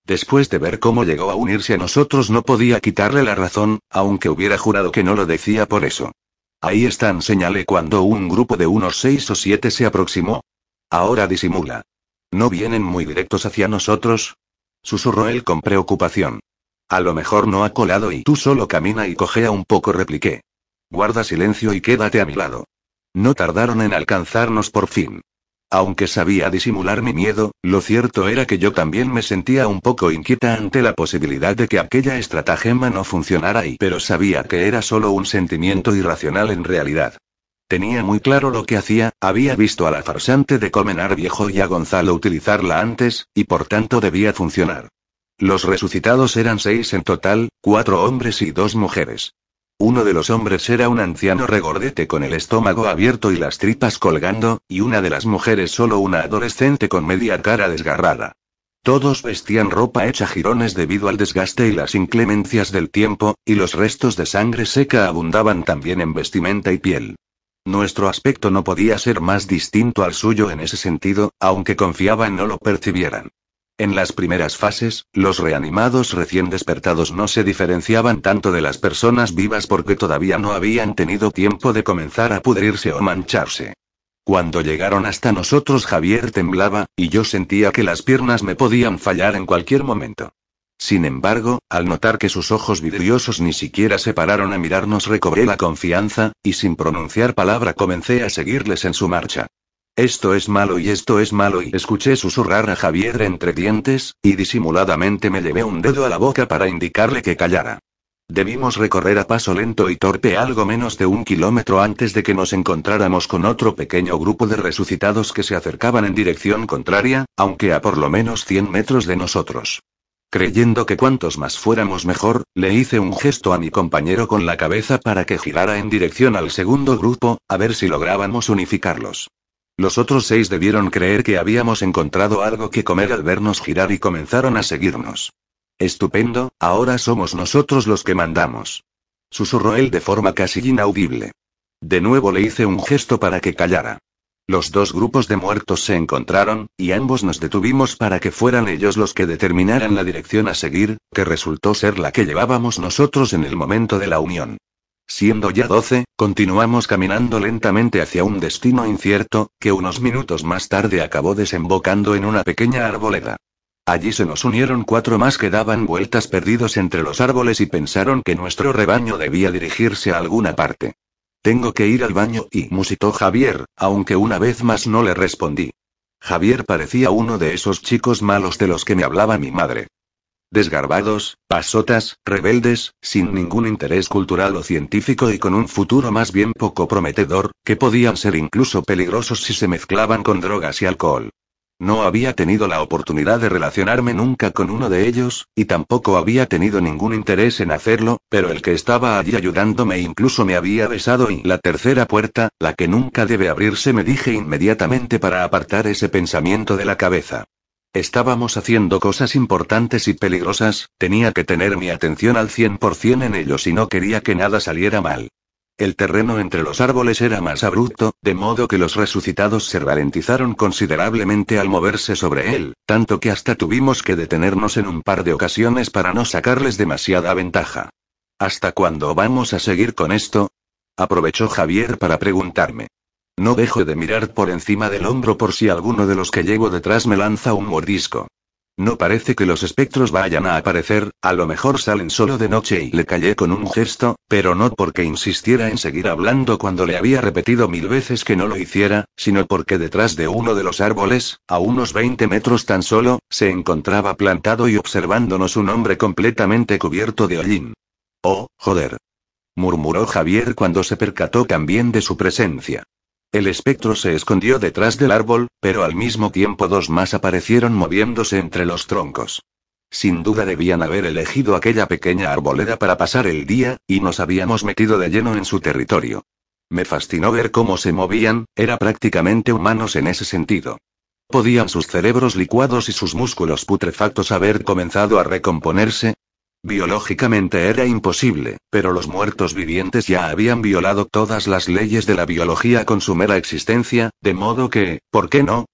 Después de ver cómo llegó a unirse a nosotros no podía quitarle la razón, aunque hubiera jurado que no lo decía por eso. Ahí están, señalé cuando un grupo de unos seis o siete se aproximó. Ahora disimula. ¿No vienen muy directos hacia nosotros?, susurró él con preocupación. A lo mejor no ha colado y tú solo camina y cojea un poco, repliqué. Guarda silencio y quédate a mi lado. No tardaron en alcanzarnos por fin. Aunque sabía disimular mi miedo, lo cierto era que yo también me sentía un poco inquieta ante la posibilidad de que aquella estratagema no funcionara y pero sabía que era solo un sentimiento irracional en realidad. Tenía muy claro lo que hacía, había visto a la farsante de Colmenar Viejo y a Gonzalo utilizarla antes, y por tanto debía funcionar. Los resucitados eran seis en total, cuatro hombres y dos mujeres. Uno de los hombres era un anciano regordete con el estómago abierto y las tripas colgando, y una de las mujeres solo una adolescente con media cara desgarrada. Todos vestían ropa hecha jirones debido al desgaste y las inclemencias del tiempo, y los restos de sangre seca abundaban también en vestimenta y piel. Nuestro aspecto no podía ser más distinto al suyo en ese sentido, aunque confiaba en no lo percibieran. En las primeras fases, los reanimados recién despertados no se diferenciaban tanto de las personas vivas porque todavía no habían tenido tiempo de comenzar a pudrirse o mancharse. Cuando llegaron hasta nosotros Javier temblaba, y yo sentía que las piernas me podían fallar en cualquier momento. Sin embargo, al notar que sus ojos vidriosos ni siquiera se pararon a mirarnos recobré la confianza, y sin pronunciar palabra comencé a seguirles en su marcha. Esto es malo y esto es malo y escuché susurrar a Javier entre dientes, y disimuladamente me llevé un dedo a la boca para indicarle que callara. Debimos recorrer a paso lento y torpe algo menos de un kilómetro antes de que nos encontráramos con otro pequeño grupo de resucitados que se acercaban en dirección contraria, aunque a por lo menos cien metros de nosotros. Creyendo que cuantos más fuéramos mejor, le hice un gesto a mi compañero con la cabeza para que girara en dirección al segundo grupo, a ver si lográbamos unificarlos. Los otros seis debieron creer que habíamos encontrado algo que comer al vernos girar y comenzaron a seguirnos. Estupendo, ahora somos nosotros los que mandamos. Susurró él de forma casi inaudible. De nuevo le hice un gesto para que callara. Los dos grupos de muertos se encontraron, y ambos nos detuvimos para que fueran ellos los que determinaran la dirección a seguir, que resultó ser la que llevábamos nosotros en el momento de la unión. Siendo ya doce, continuamos caminando lentamente hacia un destino incierto, que unos minutos más tarde acabó desembocando en una pequeña arboleda. Allí se nos unieron cuatro más que daban vueltas perdidos entre los árboles y pensaron que nuestro rebaño debía dirigirse a alguna parte. Tengo que ir al baño, y musitó Javier, aunque una vez más no le respondí. Javier parecía uno de esos chicos malos de los que me hablaba mi madre. Desgarbados, pasotas, rebeldes, sin ningún interés cultural o científico y con un futuro más bien poco prometedor, que podían ser incluso peligrosos si se mezclaban con drogas y alcohol. No había tenido la oportunidad de relacionarme nunca con uno de ellos, y tampoco había tenido ningún interés en hacerlo, pero el que estaba allí ayudándome incluso me había besado y la tercera puerta, la que nunca debe abrirse, me dije inmediatamente para apartar ese pensamiento de la cabeza. Estábamos haciendo cosas importantes y peligrosas, tenía que tener mi atención al cien por cien en ellos y no quería que nada saliera mal. El terreno entre los árboles era más abrupto, de modo que los resucitados se ralentizaron considerablemente al moverse sobre él, tanto que hasta tuvimos que detenernos en un par de ocasiones para no sacarles demasiada ventaja. ¿Hasta cuándo vamos a seguir con esto?, aprovechó Javier para preguntarme. No dejo de mirar por encima del hombro por si alguno de los que llevo detrás me lanza un mordisco. No parece que los espectros vayan a aparecer, a lo mejor salen solo de noche y le callé con un gesto, pero no porque insistiera en seguir hablando cuando le había repetido mil veces que no lo hiciera, sino porque detrás de uno de los árboles, a unos veinte metros tan solo, se encontraba plantado y observándonos un hombre completamente cubierto de hollín. «Oh, joder», murmuró Javier cuando se percató también de su presencia. El espectro se escondió detrás del árbol, pero al mismo tiempo dos más aparecieron moviéndose entre los troncos. Sin duda debían haber elegido aquella pequeña arboleda para pasar el día, y nos habíamos metido de lleno en su territorio. Me fascinó ver cómo se movían, eran prácticamente humanos en ese sentido. ¿Podían sus cerebros licuados y sus músculos putrefactos haber comenzado a recomponerse? Biológicamente era imposible, pero los muertos vivientes ya habían violado todas las leyes de la biología con su mera existencia, de modo que, ¿por qué no?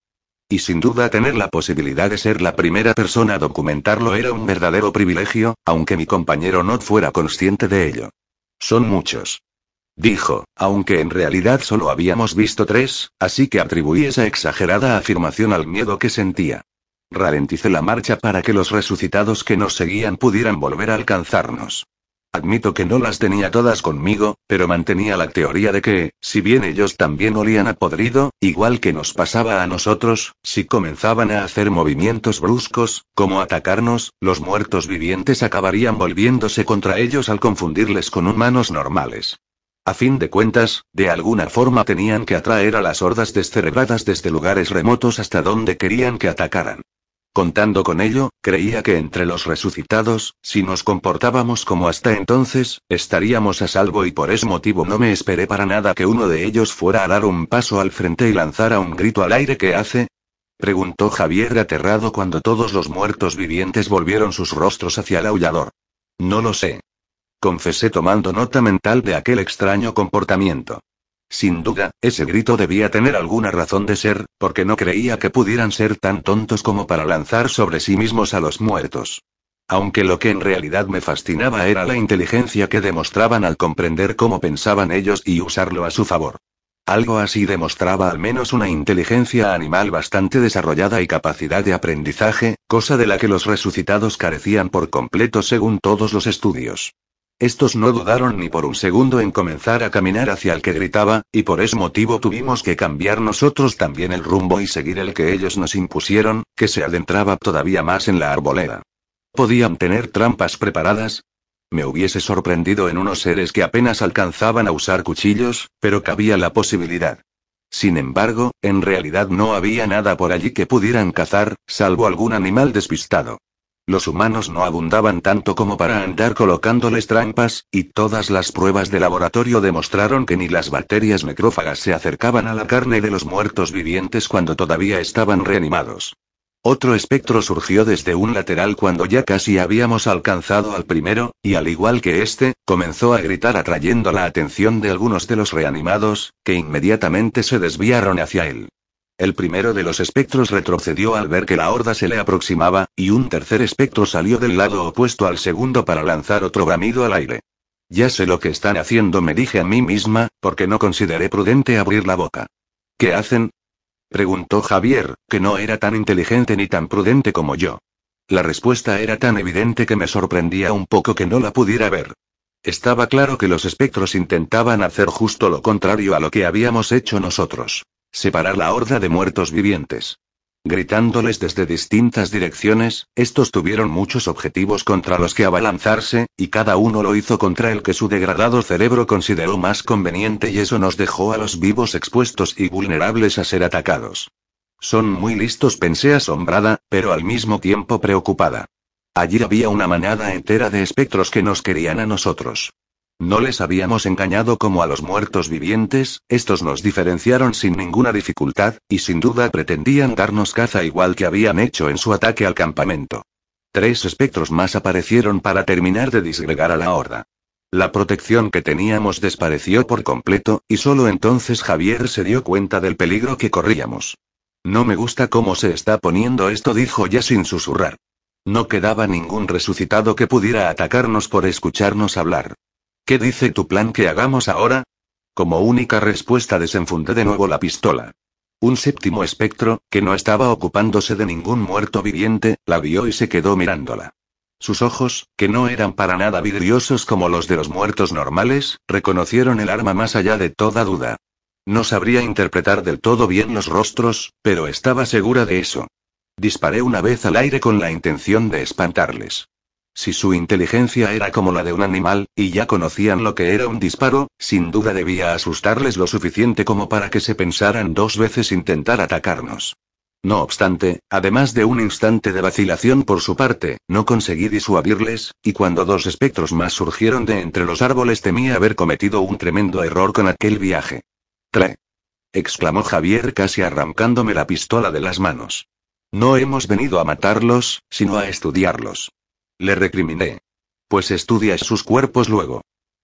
Y sin duda tener la posibilidad de ser la primera persona a documentarlo era un verdadero privilegio, aunque mi compañero no fuera consciente de ello. Son muchos. Dijo, aunque en realidad solo habíamos visto tres, así que atribuí esa exagerada afirmación al miedo que sentía. Ralenticé la marcha para que los resucitados que nos seguían pudieran volver a alcanzarnos. Admito que no las tenía todas conmigo, pero mantenía la teoría de que, si bien ellos también olían a podrido, igual que nos pasaba a nosotros, si comenzaban a hacer movimientos bruscos, como atacarnos, los muertos vivientes acabarían volviéndose contra ellos al confundirles con humanos normales. A fin de cuentas, de alguna forma tenían que atraer a las hordas descerebradas desde lugares remotos hasta donde querían que atacaran. Contando con ello, creía que entre los resucitados, si nos comportábamos como hasta entonces, estaríamos a salvo y por ese motivo no me esperé para nada que uno de ellos fuera a dar un paso al frente y lanzara un grito al aire. ¿Qué hace?, preguntó Javier aterrado cuando todos los muertos vivientes volvieron sus rostros hacia el aullador. No lo sé. Confesé tomando nota mental de aquel extraño comportamiento. Sin duda, ese grito debía tener alguna razón de ser, porque no creía que pudieran ser tan tontos como para lanzar sobre sí mismos a los muertos. Aunque lo que en realidad me fascinaba era la inteligencia que demostraban al comprender cómo pensaban ellos y usarlo a su favor. Algo así demostraba al menos una inteligencia animal bastante desarrollada y capacidad de aprendizaje, cosa de la que los resucitados carecían por completo según todos los estudios. Estos no dudaron ni por un segundo en comenzar a caminar hacia el que gritaba, y por ese motivo tuvimos que cambiar nosotros también el rumbo y seguir el que ellos nos impusieron, que se adentraba todavía más en la arboleda. ¿Podían tener trampas preparadas? Me hubiese sorprendido en unos seres que apenas alcanzaban a usar cuchillos, pero cabía la posibilidad. Sin embargo, en realidad no había nada por allí que pudieran cazar, salvo algún animal despistado. Los humanos no abundaban tanto como para andar colocándoles trampas, y todas las pruebas de laboratorio demostraron que ni las bacterias necrófagas se acercaban a la carne de los muertos vivientes cuando todavía estaban reanimados. Otro espectro surgió desde un lateral cuando ya casi habíamos alcanzado al primero, y al igual que este, comenzó a gritar atrayendo la atención de algunos de los reanimados, que inmediatamente se desviaron hacia él. El primero de los espectros retrocedió al ver que la horda se le aproximaba, y un tercer espectro salió del lado opuesto al segundo para lanzar otro bramido al aire. Ya sé lo que están haciendo, me dije a mí misma, porque no consideré prudente abrir la boca. ¿Qué hacen?, preguntó Javier, que no era tan inteligente ni tan prudente como yo. La respuesta era tan evidente que me sorprendía un poco que no la pudiera ver. Estaba claro que los espectros intentaban hacer justo lo contrario a lo que habíamos hecho nosotros. Separar la horda de muertos vivientes. Gritándoles desde distintas direcciones, estos tuvieron muchos objetivos contra los que abalanzarse, y cada uno lo hizo contra el que su degradado cerebro consideró más conveniente, y eso nos dejó a los vivos expuestos y vulnerables a ser atacados. Son muy listos, pensé asombrada, pero al mismo tiempo preocupada. Allí había una manada entera de espectros que nos querían a nosotros. No les habíamos engañado como a los muertos vivientes, estos nos diferenciaron sin ninguna dificultad, y sin duda pretendían darnos caza igual que habían hecho en su ataque al campamento. Tres espectros más aparecieron para terminar de disgregar a la horda. La protección que teníamos desapareció por completo, y solo entonces Javier se dio cuenta del peligro que corríamos. No me gusta cómo se está poniendo esto, dijo ya sin susurrar. No quedaba ningún resucitado que pudiera atacarnos por escucharnos hablar. ¿Qué dice tu plan que hagamos ahora? Como única respuesta desenfundé de nuevo la pistola. Un séptimo espectro, que no estaba ocupándose de ningún muerto viviente, la vio y se quedó mirándola. Sus ojos, que no eran para nada vidriosos como los de los muertos normales, reconocieron el arma más allá de toda duda. No sabría interpretar del todo bien los rostros, pero estaba segura de eso. Disparé una vez al aire con la intención de espantarles. Si su inteligencia era como la de un animal, y ya conocían lo que era un disparo, sin duda debía asustarles lo suficiente como para que se pensaran dos veces intentar atacarnos. No obstante, además de un instante de vacilación por su parte, no conseguí disuadirles, y cuando dos espectros más surgieron de entre los árboles temí haber cometido un tremendo error con aquel viaje. ¡Tre!, exclamó Javier casi arrancándome la pistola de las manos. No hemos venido a matarlos, sino a estudiarlos. Le recriminé. Pues estudias sus cuerpos luego.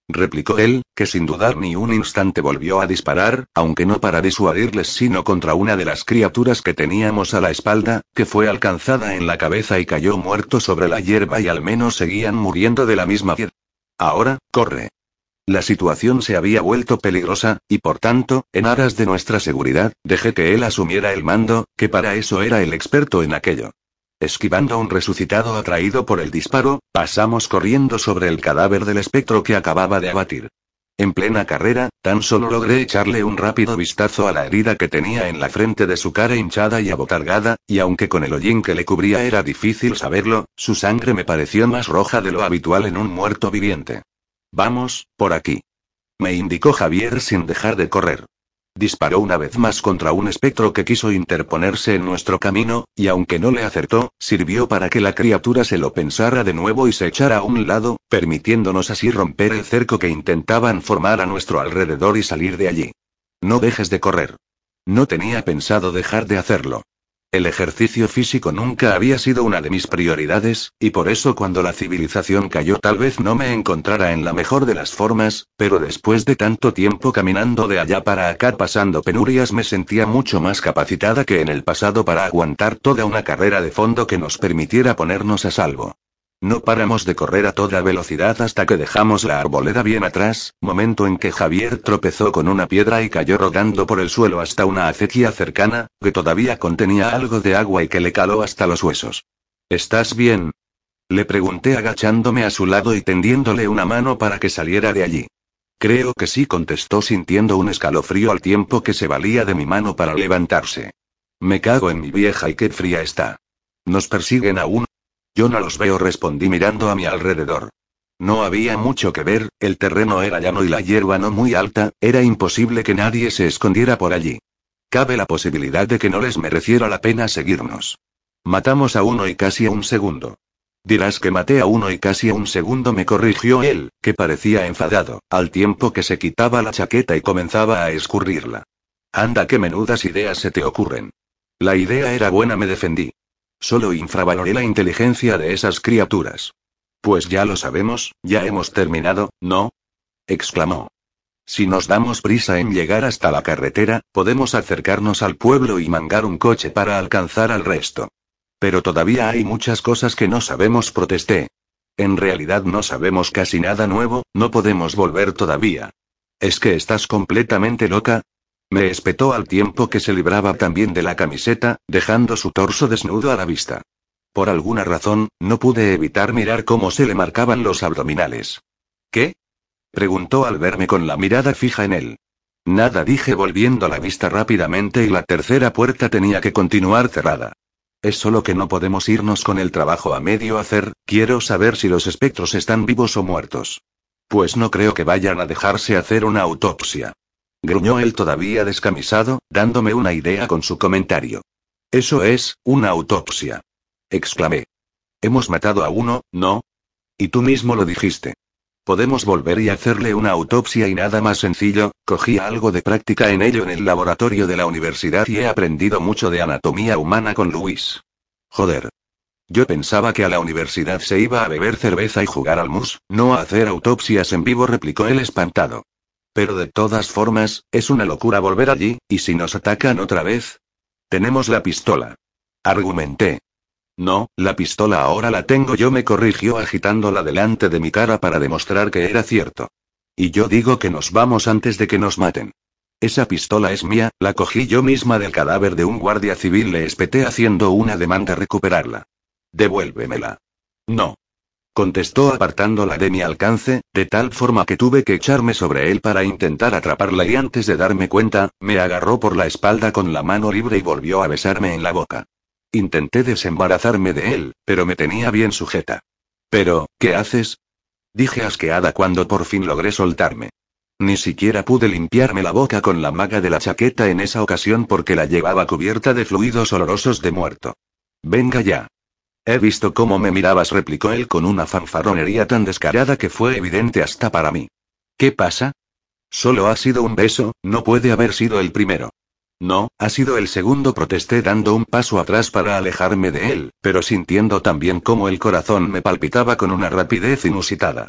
replicó él, que sin dudar ni un instante volvió a disparar, aunque no para disuadirles sino contra una de las criaturas que teníamos a la espalda, que fue alcanzada en la cabeza y cayó muerto sobre la hierba y al menos seguían muriendo de la misma piedra. Ahora, corre. La situación se había vuelto peligrosa, y por tanto, en aras de nuestra seguridad, dejé que él asumiera el mando, que para eso era el experto en aquello. Esquivando un resucitado atraído por el disparo, pasamos corriendo sobre el cadáver del espectro que acababa de abatir. En plena carrera, tan solo logré echarle un rápido vistazo a la herida que tenía en la frente de su cara hinchada y abotargada, y aunque con el hollín que le cubría era difícil saberlo, su sangre me pareció más roja de lo habitual en un muerto viviente. Vamos, por aquí. Me indicó Javier sin dejar de correr. Disparó una vez más contra un espectro que quiso interponerse en nuestro camino, y aunque no le acertó, sirvió para que la criatura se lo pensara de nuevo y se echara a un lado, permitiéndonos así romper el cerco que intentaban formar a nuestro alrededor y salir de allí. No dejes de correr. No tenía pensado dejar de hacerlo. El ejercicio físico nunca había sido una de mis prioridades, y por eso cuando la civilización cayó tal vez no me encontrara en la mejor de las formas, pero después de tanto tiempo caminando de allá para acá pasando penurias me sentía mucho más capacitada que en el pasado para aguantar toda una carrera de fondo que nos permitiera ponernos a salvo. No paramos de correr a toda velocidad hasta que dejamos la arboleda bien atrás, momento en que Javier tropezó con una piedra y cayó rodando por el suelo hasta una acequia cercana, que todavía contenía algo de agua y que le caló hasta los huesos. ¿Estás bien?, le pregunté agachándome a su lado y tendiéndole una mano para que saliera de allí. Creo que sí, contestó sintiendo un escalofrío al tiempo que se valía de mi mano para levantarse. Me cago en mi vieja y qué fría está. ¿Nos persiguen aún? Yo no los veo, respondí mirando a mi alrededor. No había mucho que ver, el terreno era llano y la hierba no muy alta, era imposible que nadie se escondiera por allí. Cabe la posibilidad de que no les mereciera la pena seguirnos. Matamos a uno y casi a un segundo. Dirás que maté a uno y casi a un segundo, me corrigió él, que parecía enfadado, al tiempo que se quitaba la chaqueta y comenzaba a escurrirla. Anda, qué menudas ideas se te ocurren. La idea era buena, me defendí. Solo infravaloré la inteligencia de esas criaturas. Pues ya lo sabemos, ya hemos terminado, ¿no?, exclamó. Si nos damos prisa en llegar hasta la carretera, podemos acercarnos al pueblo y mangar un coche para alcanzar al resto. Pero todavía hay muchas cosas que no sabemos, protesté. En realidad no sabemos casi nada nuevo, no podemos volver todavía. ¿Es que estás completamente loca?, me espetó al tiempo que se libraba también de la camiseta, dejando su torso desnudo a la vista. Por alguna razón, no pude evitar mirar cómo se le marcaban los abdominales. ¿Qué?, preguntó al verme con la mirada fija en él. Nada, dije volviendo la vista rápidamente, y la tercera puerta tenía que continuar cerrada. Es solo que no podemos irnos con el trabajo a medio hacer, quiero saber si los espectros están vivos o muertos. Pues no creo que vayan a dejarse hacer una autopsia. Gruñó él todavía descamisado, dándome una idea con su comentario. Eso es, una autopsia, exclamé. Hemos matado a uno, ¿no? Y tú mismo lo dijiste. Podemos volver y hacerle una autopsia y nada más sencillo, cogí algo de práctica en ello en el laboratorio de la universidad y he aprendido mucho de anatomía humana con Luis. Joder. Yo pensaba que a la universidad se iba a beber cerveza y jugar al mus, no a hacer autopsias en vivo, replicó él espantado. Pero de todas formas, es una locura volver allí, ¿y si nos atacan otra vez? Tenemos la pistola, argumenté. No, la pistola ahora la tengo yo, me corrigió agitándola delante de mi cara para demostrar que era cierto. Y yo digo que nos vamos antes de que nos maten. Esa pistola es mía, la cogí yo misma del cadáver de un guardia civil, le espeté haciendo una demanda de recuperarla. Devuélvemela. No, contestó apartándola de mi alcance, de tal forma que tuve que echarme sobre él para intentar atraparla y antes de darme cuenta, me agarró por la espalda con la mano libre y volvió a besarme en la boca. Intenté desembarazarme de él, pero me tenía bien sujeta. Pero, ¿qué haces?, dije asqueada cuando por fin logré soltarme. Ni siquiera pude limpiarme la boca con la manga de la chaqueta en esa ocasión porque la llevaba cubierta de fluidos olorosos de muerto. Venga ya. He visto cómo me mirabas, replicó él con una fanfarronería tan descarada que fue evidente hasta para mí. ¿Qué pasa? Solo ha sido un beso, no puede haber sido el primero. No, ha sido el segundo, protesté dando un paso atrás para alejarme de él, pero sintiendo también cómo el corazón me palpitaba con una rapidez inusitada.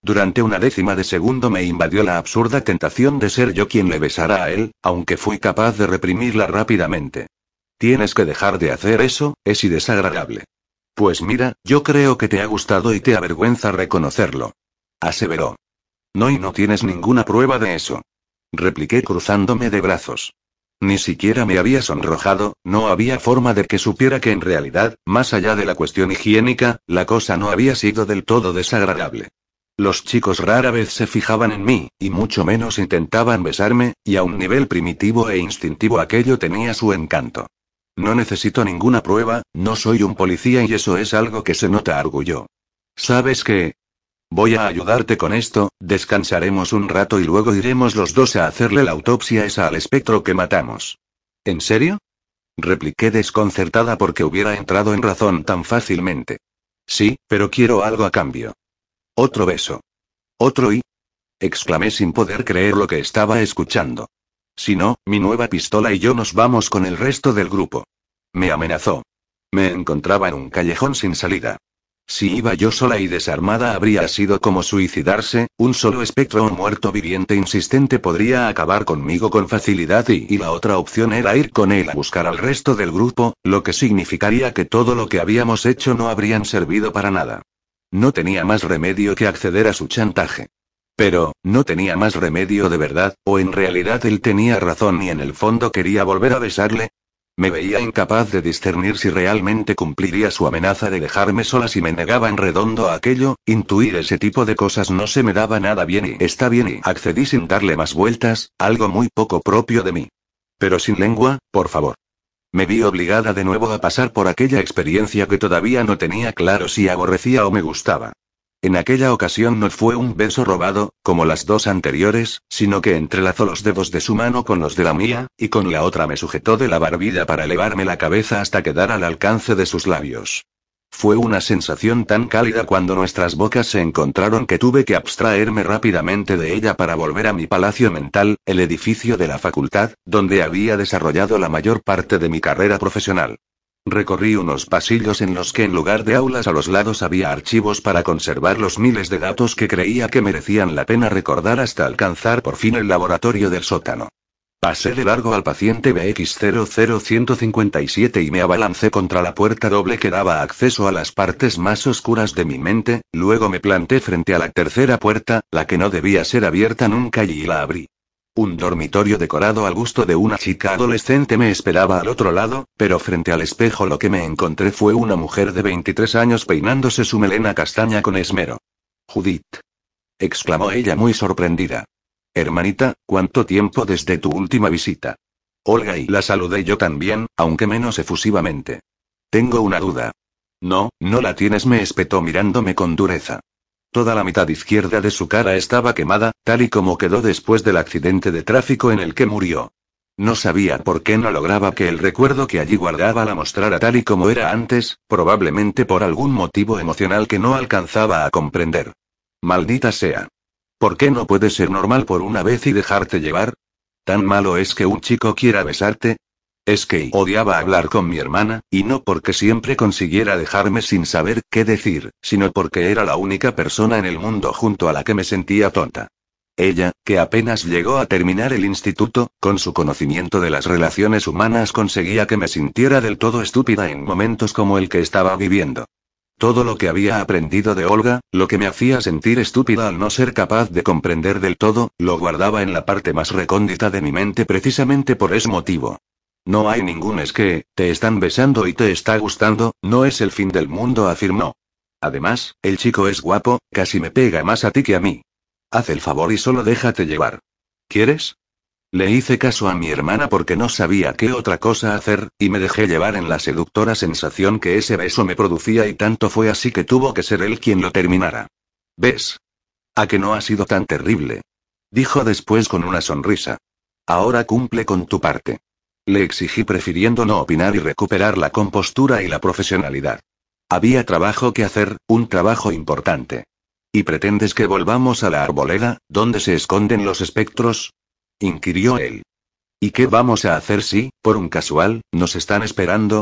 Durante una décima de segundo me invadió la absurda tentación de ser yo quien le besara a él, aunque fui capaz de reprimirla rápidamente. Tienes que dejar de hacer eso, es desagradable. Pues mira, yo creo que te ha gustado y te avergüenza reconocerlo. Aseveró. No, y no tienes ninguna prueba de eso. Repliqué cruzándome de brazos. Ni siquiera me había sonrojado, no había forma de que supiera que en realidad, más allá de la cuestión higiénica, la cosa no había sido del todo desagradable. Los chicos rara vez se fijaban en mí, y mucho menos intentaban besarme, y a un nivel primitivo e instintivo aquello tenía su encanto. No necesito ninguna prueba, no soy un policía y eso es algo que se nota, arguyó. ¿Sabes qué? Voy a ayudarte con esto, descansaremos un rato y luego iremos los dos a hacerle la autopsia esa al espectro que matamos. ¿En serio? Repliqué desconcertada porque hubiera entrado en razón tan fácilmente. Sí, pero quiero algo a cambio. Otro beso. Otro y... exclamé sin poder creer lo que estaba escuchando. Si no, mi nueva pistola y yo nos vamos con el resto del grupo. Me amenazó. Me encontraba en un callejón sin salida. Si iba yo sola y desarmada habría sido como suicidarse, un solo espectro o muerto viviente insistente podría acabar conmigo con facilidad y, y la otra opción era ir con él a buscar al resto del grupo, lo que significaría que todo lo que habíamos hecho no habrían servido para nada. No tenía más remedio que acceder a su chantaje. Pero, no tenía más remedio de verdad, o en realidad él tenía razón y en el fondo quería volver a besarle. Me veía incapaz de discernir si realmente cumpliría su amenaza de dejarme sola si me negaba en redondo a aquello. Intuir ese tipo de cosas no se me daba nada bien y está bien y accedí sin darle más vueltas, algo muy poco propio de mí. Pero sin lengua, por favor. Me vi obligada de nuevo a pasar por aquella experiencia que todavía no tenía claro si aborrecía o me gustaba. En aquella ocasión no fue un beso robado, como las dos anteriores, sino que entrelazó los dedos de su mano con los de la mía, y con la otra me sujetó de la barbilla para elevarme la cabeza hasta quedar al alcance de sus labios. Fue una sensación tan cálida cuando nuestras bocas se encontraron que tuve que abstraerme rápidamente de ella para volver a mi palacio mental, el edificio de la facultad, donde había desarrollado la mayor parte de mi carrera profesional. Recorrí unos pasillos en los que en lugar de aulas a los lados había archivos para conservar los miles de datos que creía que merecían la pena recordar hasta alcanzar por fin el laboratorio del sótano. Pasé de largo al paciente B X cero cero uno cinco siete y me abalancé contra la puerta doble que daba acceso a las partes más oscuras de mi mente, luego me planté frente a la tercera puerta, la que no debía ser abierta nunca y la abrí. Un dormitorio decorado al gusto de una chica adolescente me esperaba al otro lado, pero frente al espejo lo que me encontré fue una mujer de veintitrés años peinándose su melena castaña con esmero. «Judith», exclamó ella muy sorprendida. «Hermanita, ¿cuánto tiempo desde tu última visita?» «Olga», y la saludé yo también, aunque menos efusivamente. «Tengo una duda». «No, no la tienes», me espetó mirándome con dureza. Toda la mitad izquierda de su cara estaba quemada, tal y como quedó después del accidente de tráfico en el que murió. No sabía por qué no lograba que el recuerdo que allí guardaba la mostrara tal y como era antes, probablemente por algún motivo emocional que no alcanzaba a comprender. Maldita sea. ¿Por qué no puedes ser normal por una vez y dejarte llevar? ¿Tan malo es que un chico quiera besarte? Es que odiaba hablar con mi hermana, y no porque siempre consiguiera dejarme sin saber qué decir, sino porque era la única persona en el mundo junto a la que me sentía tonta. Ella, que apenas llegó a terminar el instituto, con su conocimiento de las relaciones humanas conseguía que me sintiera del todo estúpida en momentos como el que estaba viviendo. Todo lo que había aprendido de Olga, lo que me hacía sentir estúpida al no ser capaz de comprender del todo, lo guardaba en la parte más recóndita de mi mente precisamente por ese motivo. No hay ningún es que, te están besando y te está gustando, no es el fin del mundo, afirmó. Además, el chico es guapo, casi me pega más a ti que a mí. Haz el favor y solo déjate llevar. ¿Quieres? Le hice caso a mi hermana porque no sabía qué otra cosa hacer, y me dejé llevar en la seductora sensación que ese beso me producía y tanto fue así que tuvo que ser él quien lo terminara. ¿Ves? ¿A que no ha sido tan terrible? Dijo después con una sonrisa. Ahora cumple con tu parte. Le exigí prefiriendo no opinar y recuperar la compostura y la profesionalidad. Había trabajo que hacer, un trabajo importante. ¿Y pretendes que volvamos a la arboleda, donde se esconden los espectros? Inquirió él. ¿Y qué vamos a hacer si, por un casual, nos están esperando?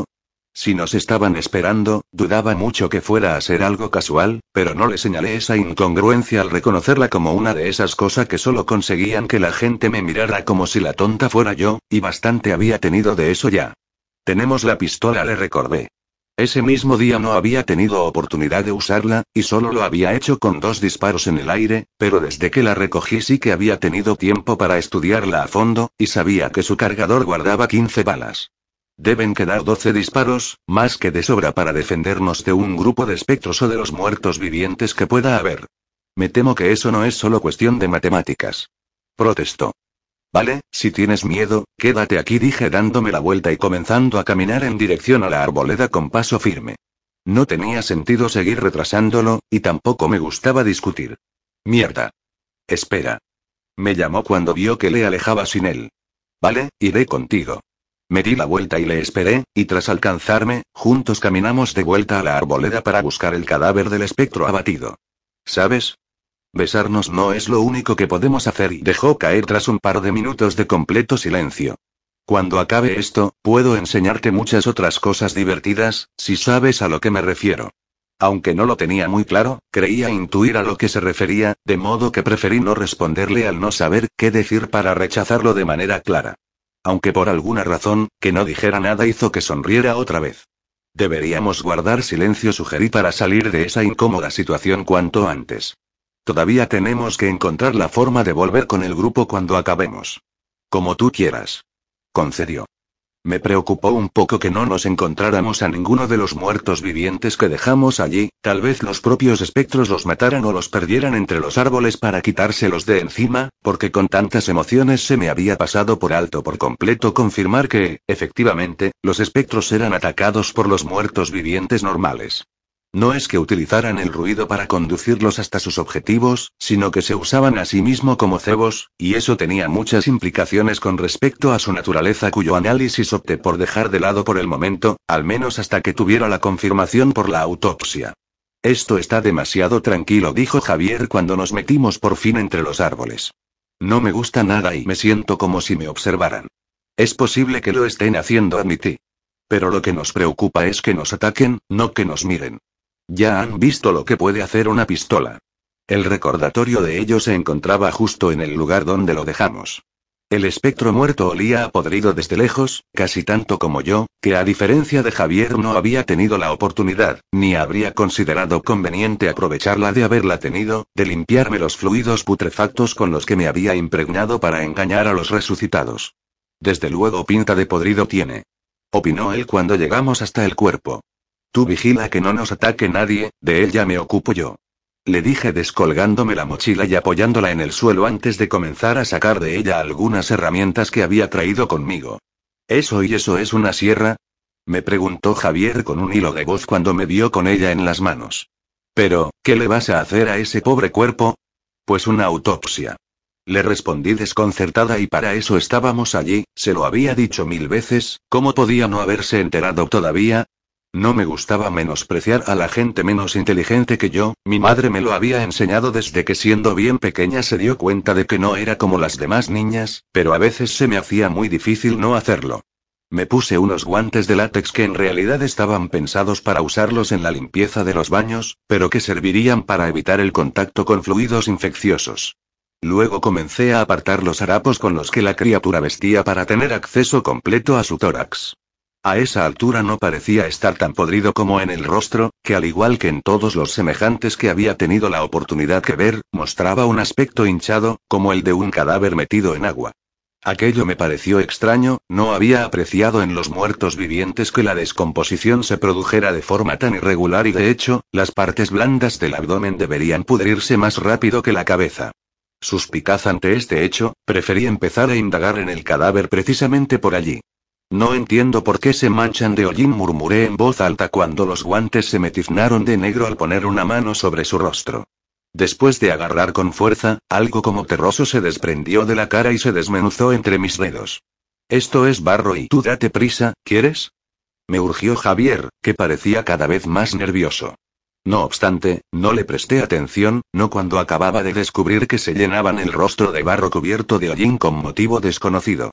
Si nos estaban esperando, dudaba mucho que fuera a ser algo casual, pero no le señalé esa incongruencia al reconocerla como una de esas cosas que solo conseguían que la gente me mirara como si la tonta fuera yo, y bastante había tenido de eso ya. Tenemos la pistola, le recordé. Ese mismo día no había tenido oportunidad de usarla, y solo lo había hecho con dos disparos en el aire, pero desde que la recogí sí que había tenido tiempo para estudiarla a fondo, y sabía que su cargador guardaba quince balas. Deben quedar doce disparos, más que de sobra para defendernos de un grupo de espectros o de los muertos vivientes que pueda haber. Me temo que eso no es solo cuestión de matemáticas. Protestó. Vale, si tienes miedo, quédate aquí, dije dándome la vuelta y comenzando a caminar en dirección a la arboleda con paso firme. No tenía sentido seguir retrasándolo, y tampoco me gustaba discutir. Mierda. Espera. Me llamó cuando vio que le alejaba sin él. Vale, iré contigo. Me di la vuelta y le esperé, y tras alcanzarme, juntos caminamos de vuelta a la arboleda para buscar el cadáver del espectro abatido. ¿Sabes? Besarnos no es lo único que podemos hacer, y dejó caer tras un par de minutos de completo silencio. Cuando acabe esto, puedo enseñarte muchas otras cosas divertidas, si sabes a lo que me refiero. Aunque no lo tenía muy claro, creía intuir a lo que se refería, de modo que preferí no responderle al no saber qué decir para rechazarlo de manera clara. Aunque por alguna razón, que no dijera nada hizo que sonriera otra vez. Deberíamos guardar silencio, sugerí para salir de esa incómoda situación cuanto antes. Todavía tenemos que encontrar la forma de volver con el grupo cuando acabemos. Como tú quieras. Concedió. Me preocupó un poco que no nos encontráramos a ninguno de los muertos vivientes que dejamos allí, tal vez los propios espectros los mataran o los perdieran entre los árboles para quitárselos de encima, porque con tantas emociones se me había pasado por alto por completo confirmar que, efectivamente, los espectros eran atacados por los muertos vivientes normales. No es que utilizaran el ruido para conducirlos hasta sus objetivos, sino que se usaban a sí mismo como cebos, y eso tenía muchas implicaciones con respecto a su naturaleza, cuyo análisis opté por dejar de lado por el momento, al menos hasta que tuviera la confirmación por la autopsia. Esto está demasiado tranquilo, dijo Javier cuando nos metimos por fin entre los árboles. No me gusta nada y me siento como si me observaran. Es posible que lo estén haciendo, admití. Pero lo que nos preocupa es que nos ataquen, no que nos miren. Ya han visto lo que puede hacer una pistola. El recordatorio de ello se encontraba justo en el lugar donde lo dejamos. El espectro muerto olía a podrido desde lejos, casi tanto como yo, que a diferencia de Javier no había tenido la oportunidad, ni habría considerado conveniente aprovecharla de haberla tenido, de limpiarme los fluidos putrefactos con los que me había impregnado para engañar a los resucitados. Desde luego pinta de podrido tiene. Opinó él cuando llegamos hasta el cuerpo. Tú vigila que no nos ataque nadie, de él ya me ocupo yo. Le dije descolgándome la mochila y apoyándola en el suelo antes de comenzar a sacar de ella algunas herramientas que había traído conmigo. ¿Eso y eso es una sierra? Me preguntó Javier con un hilo de voz cuando me vio con ella en las manos. Pero, ¿qué le vas a hacer a ese pobre cuerpo? Pues una autopsia. Le respondí desconcertada, y para eso estábamos allí, se lo había dicho mil veces, ¿cómo podía no haberse enterado todavía? No me gustaba menospreciar a la gente menos inteligente que yo, mi madre me lo había enseñado desde que siendo bien pequeña se dio cuenta de que no era como las demás niñas, pero a veces se me hacía muy difícil no hacerlo. Me puse unos guantes de látex que en realidad estaban pensados para usarlos en la limpieza de los baños, pero que servirían para evitar el contacto con fluidos infecciosos. Luego comencé a apartar los harapos con los que la criatura vestía para tener acceso completo a su tórax. A esa altura no parecía estar tan podrido como en el rostro, que al igual que en todos los semejantes que había tenido la oportunidad de ver, mostraba un aspecto hinchado, como el de un cadáver metido en agua. Aquello me pareció extraño, no había apreciado en los muertos vivientes que la descomposición se produjera de forma tan irregular y de hecho, las partes blandas del abdomen deberían pudrirse más rápido que la cabeza. Suspicaz ante este hecho, preferí empezar a indagar en el cadáver precisamente por allí. No entiendo por qué se manchan de hollín, murmuré en voz alta cuando los guantes se me tiznaron de negro al poner una mano sobre su rostro. Después de agarrar con fuerza, algo como terroso se desprendió de la cara y se desmenuzó entre mis dedos. Esto es barro y tú date prisa, ¿quieres? Me urgió Javier, que parecía cada vez más nervioso. No obstante, no le presté atención, no cuando acababa de descubrir que se llenaban el rostro de barro cubierto de hollín con motivo desconocido.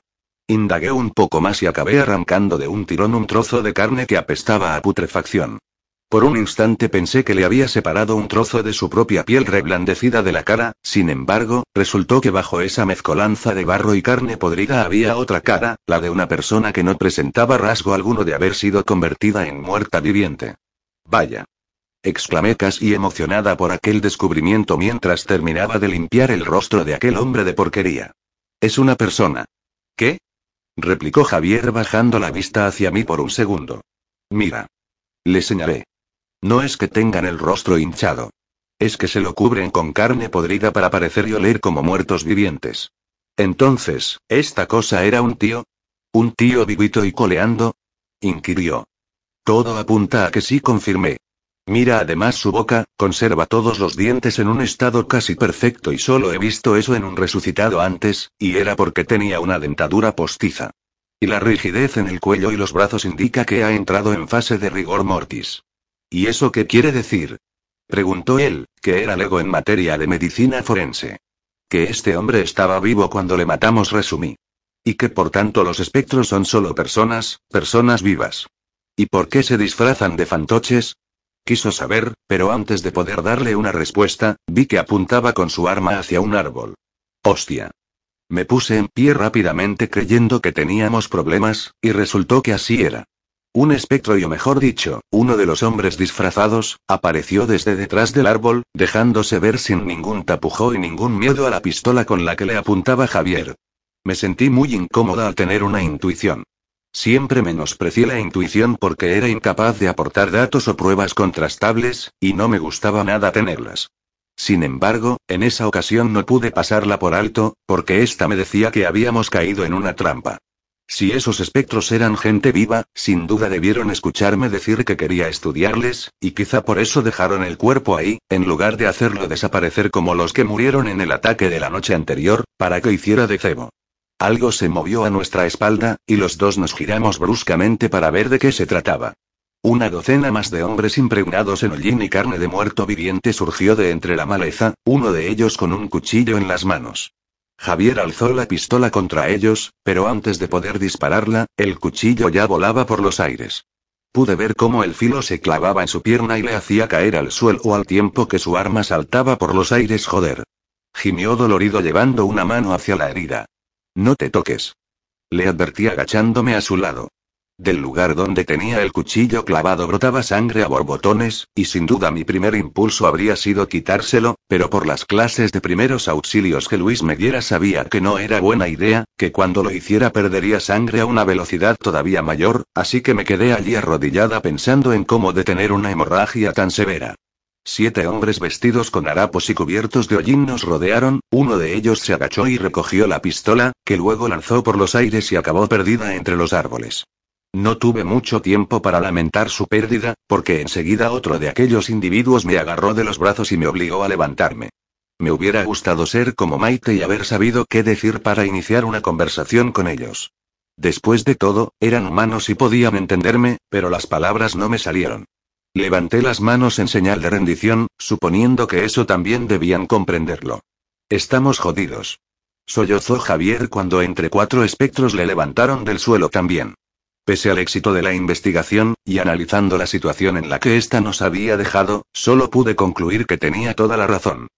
Indagué un poco más y acabé arrancando de un tirón un trozo de carne que apestaba a putrefacción. Por un instante pensé que le había separado un trozo de su propia piel reblandecida de la cara, sin embargo, resultó que bajo esa mezcolanza de barro y carne podrida había otra cara, la de una persona que no presentaba rasgo alguno de haber sido convertida en muerta viviente. Vaya. Exclamé casi emocionada por aquel descubrimiento mientras terminaba de limpiar el rostro de aquel hombre de porquería. Es una persona. ¿Qué? Replicó Javier bajando la vista hacia mí por un segundo. Mira. Le señalé. No es que tengan el rostro hinchado. Es que se lo cubren con carne podrida para parecer y oler como muertos vivientes. Entonces, ¿esta cosa era un tío? ¿Un tío vivito y coleando? Inquirió. Todo apunta a que sí, confirmé. Mira además su boca, conserva todos los dientes en un estado casi perfecto y solo he visto eso en un resucitado antes, y era porque tenía una dentadura postiza. Y la rigidez en el cuello y los brazos indica que ha entrado en fase de rigor mortis. ¿Y eso qué quiere decir? Preguntó él, que era lego en materia de medicina forense. Que este hombre estaba vivo cuando le matamos, resumí. Y que por tanto los espectros son solo personas, personas vivas. ¿Y por qué se disfrazan de fantoches? Quiso saber, pero antes de poder darle una respuesta, vi que apuntaba con su arma hacia un árbol. ¡Hostia! Me puse en pie rápidamente creyendo que teníamos problemas, y resultó que así era. Un espectro, o mejor dicho, uno de los hombres disfrazados, apareció desde detrás del árbol, dejándose ver sin ningún tapujo y ningún miedo a la pistola con la que le apuntaba Javier. Me sentí muy incómoda al tener una intuición. Siempre menosprecié la intuición porque era incapaz de aportar datos o pruebas contrastables, y no me gustaba nada tenerlas. Sin embargo, en esa ocasión no pude pasarla por alto, porque ésta me decía que habíamos caído en una trampa. Si esos espectros eran gente viva, sin duda debieron escucharme decir que quería estudiarles, y quizá por eso dejaron el cuerpo ahí, en lugar de hacerlo desaparecer como los que murieron en el ataque de la noche anterior, para que hiciera de cebo. Algo se movió a nuestra espalda, y los dos nos giramos bruscamente para ver de qué se trataba. Una docena más de hombres impregnados en hollín y carne de muerto viviente surgió de entre la maleza, uno de ellos con un cuchillo en las manos. Javier alzó la pistola contra ellos, pero antes de poder dispararla, el cuchillo ya volaba por los aires. Pude ver cómo el filo se clavaba en su pierna y le hacía caer al suelo al tiempo que su arma saltaba por los aires. Joder. Gimió dolorido llevando una mano hacia la herida. No te toques. Le advertí agachándome a su lado. Del lugar donde tenía el cuchillo clavado brotaba sangre a borbotones, y sin duda mi primer impulso habría sido quitárselo, pero por las clases de primeros auxilios que Luis me diera sabía que no era buena idea, que cuando lo hiciera perdería sangre a una velocidad todavía mayor, así que me quedé allí arrodillada pensando en cómo detener una hemorragia tan severa. Siete hombres vestidos con harapos y cubiertos de hollín nos rodearon, uno de ellos se agachó y recogió la pistola, que luego lanzó por los aires y acabó perdida entre los árboles. No tuve mucho tiempo para lamentar su pérdida, porque enseguida otro de aquellos individuos me agarró de los brazos y me obligó a levantarme. Me hubiera gustado ser como Maite y haber sabido qué decir para iniciar una conversación con ellos. Después de todo, eran humanos y podían entenderme, pero las palabras no me salieron. Levanté las manos en señal de rendición, suponiendo que eso también debían comprenderlo. Estamos jodidos. Sollozó Javier cuando entre cuatro espectros le levantaron del suelo también. Pese al éxito de la investigación, y analizando la situación en la que ésta nos había dejado, solo pude concluir que tenía toda la razón.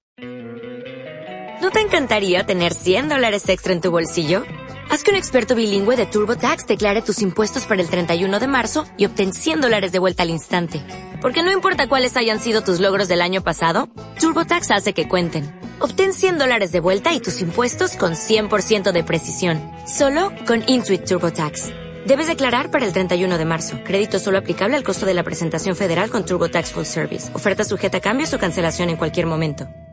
¿No te encantaría tener cien dólares extra en tu bolsillo? Haz que un experto bilingüe de TurboTax declare tus impuestos para el treinta y uno de marzo y obtén cien dólares de vuelta al instante. Porque no importa cuáles hayan sido tus logros del año pasado, TurboTax hace que cuenten. Obtén cien dólares de vuelta y tus impuestos con cien por ciento de precisión. Solo con Intuit TurboTax. Debes declarar para el treinta y uno de marzo. Crédito solo aplicable al costo de la presentación federal con TurboTax Full Service. Oferta sujeta a cambios o cancelación en cualquier momento.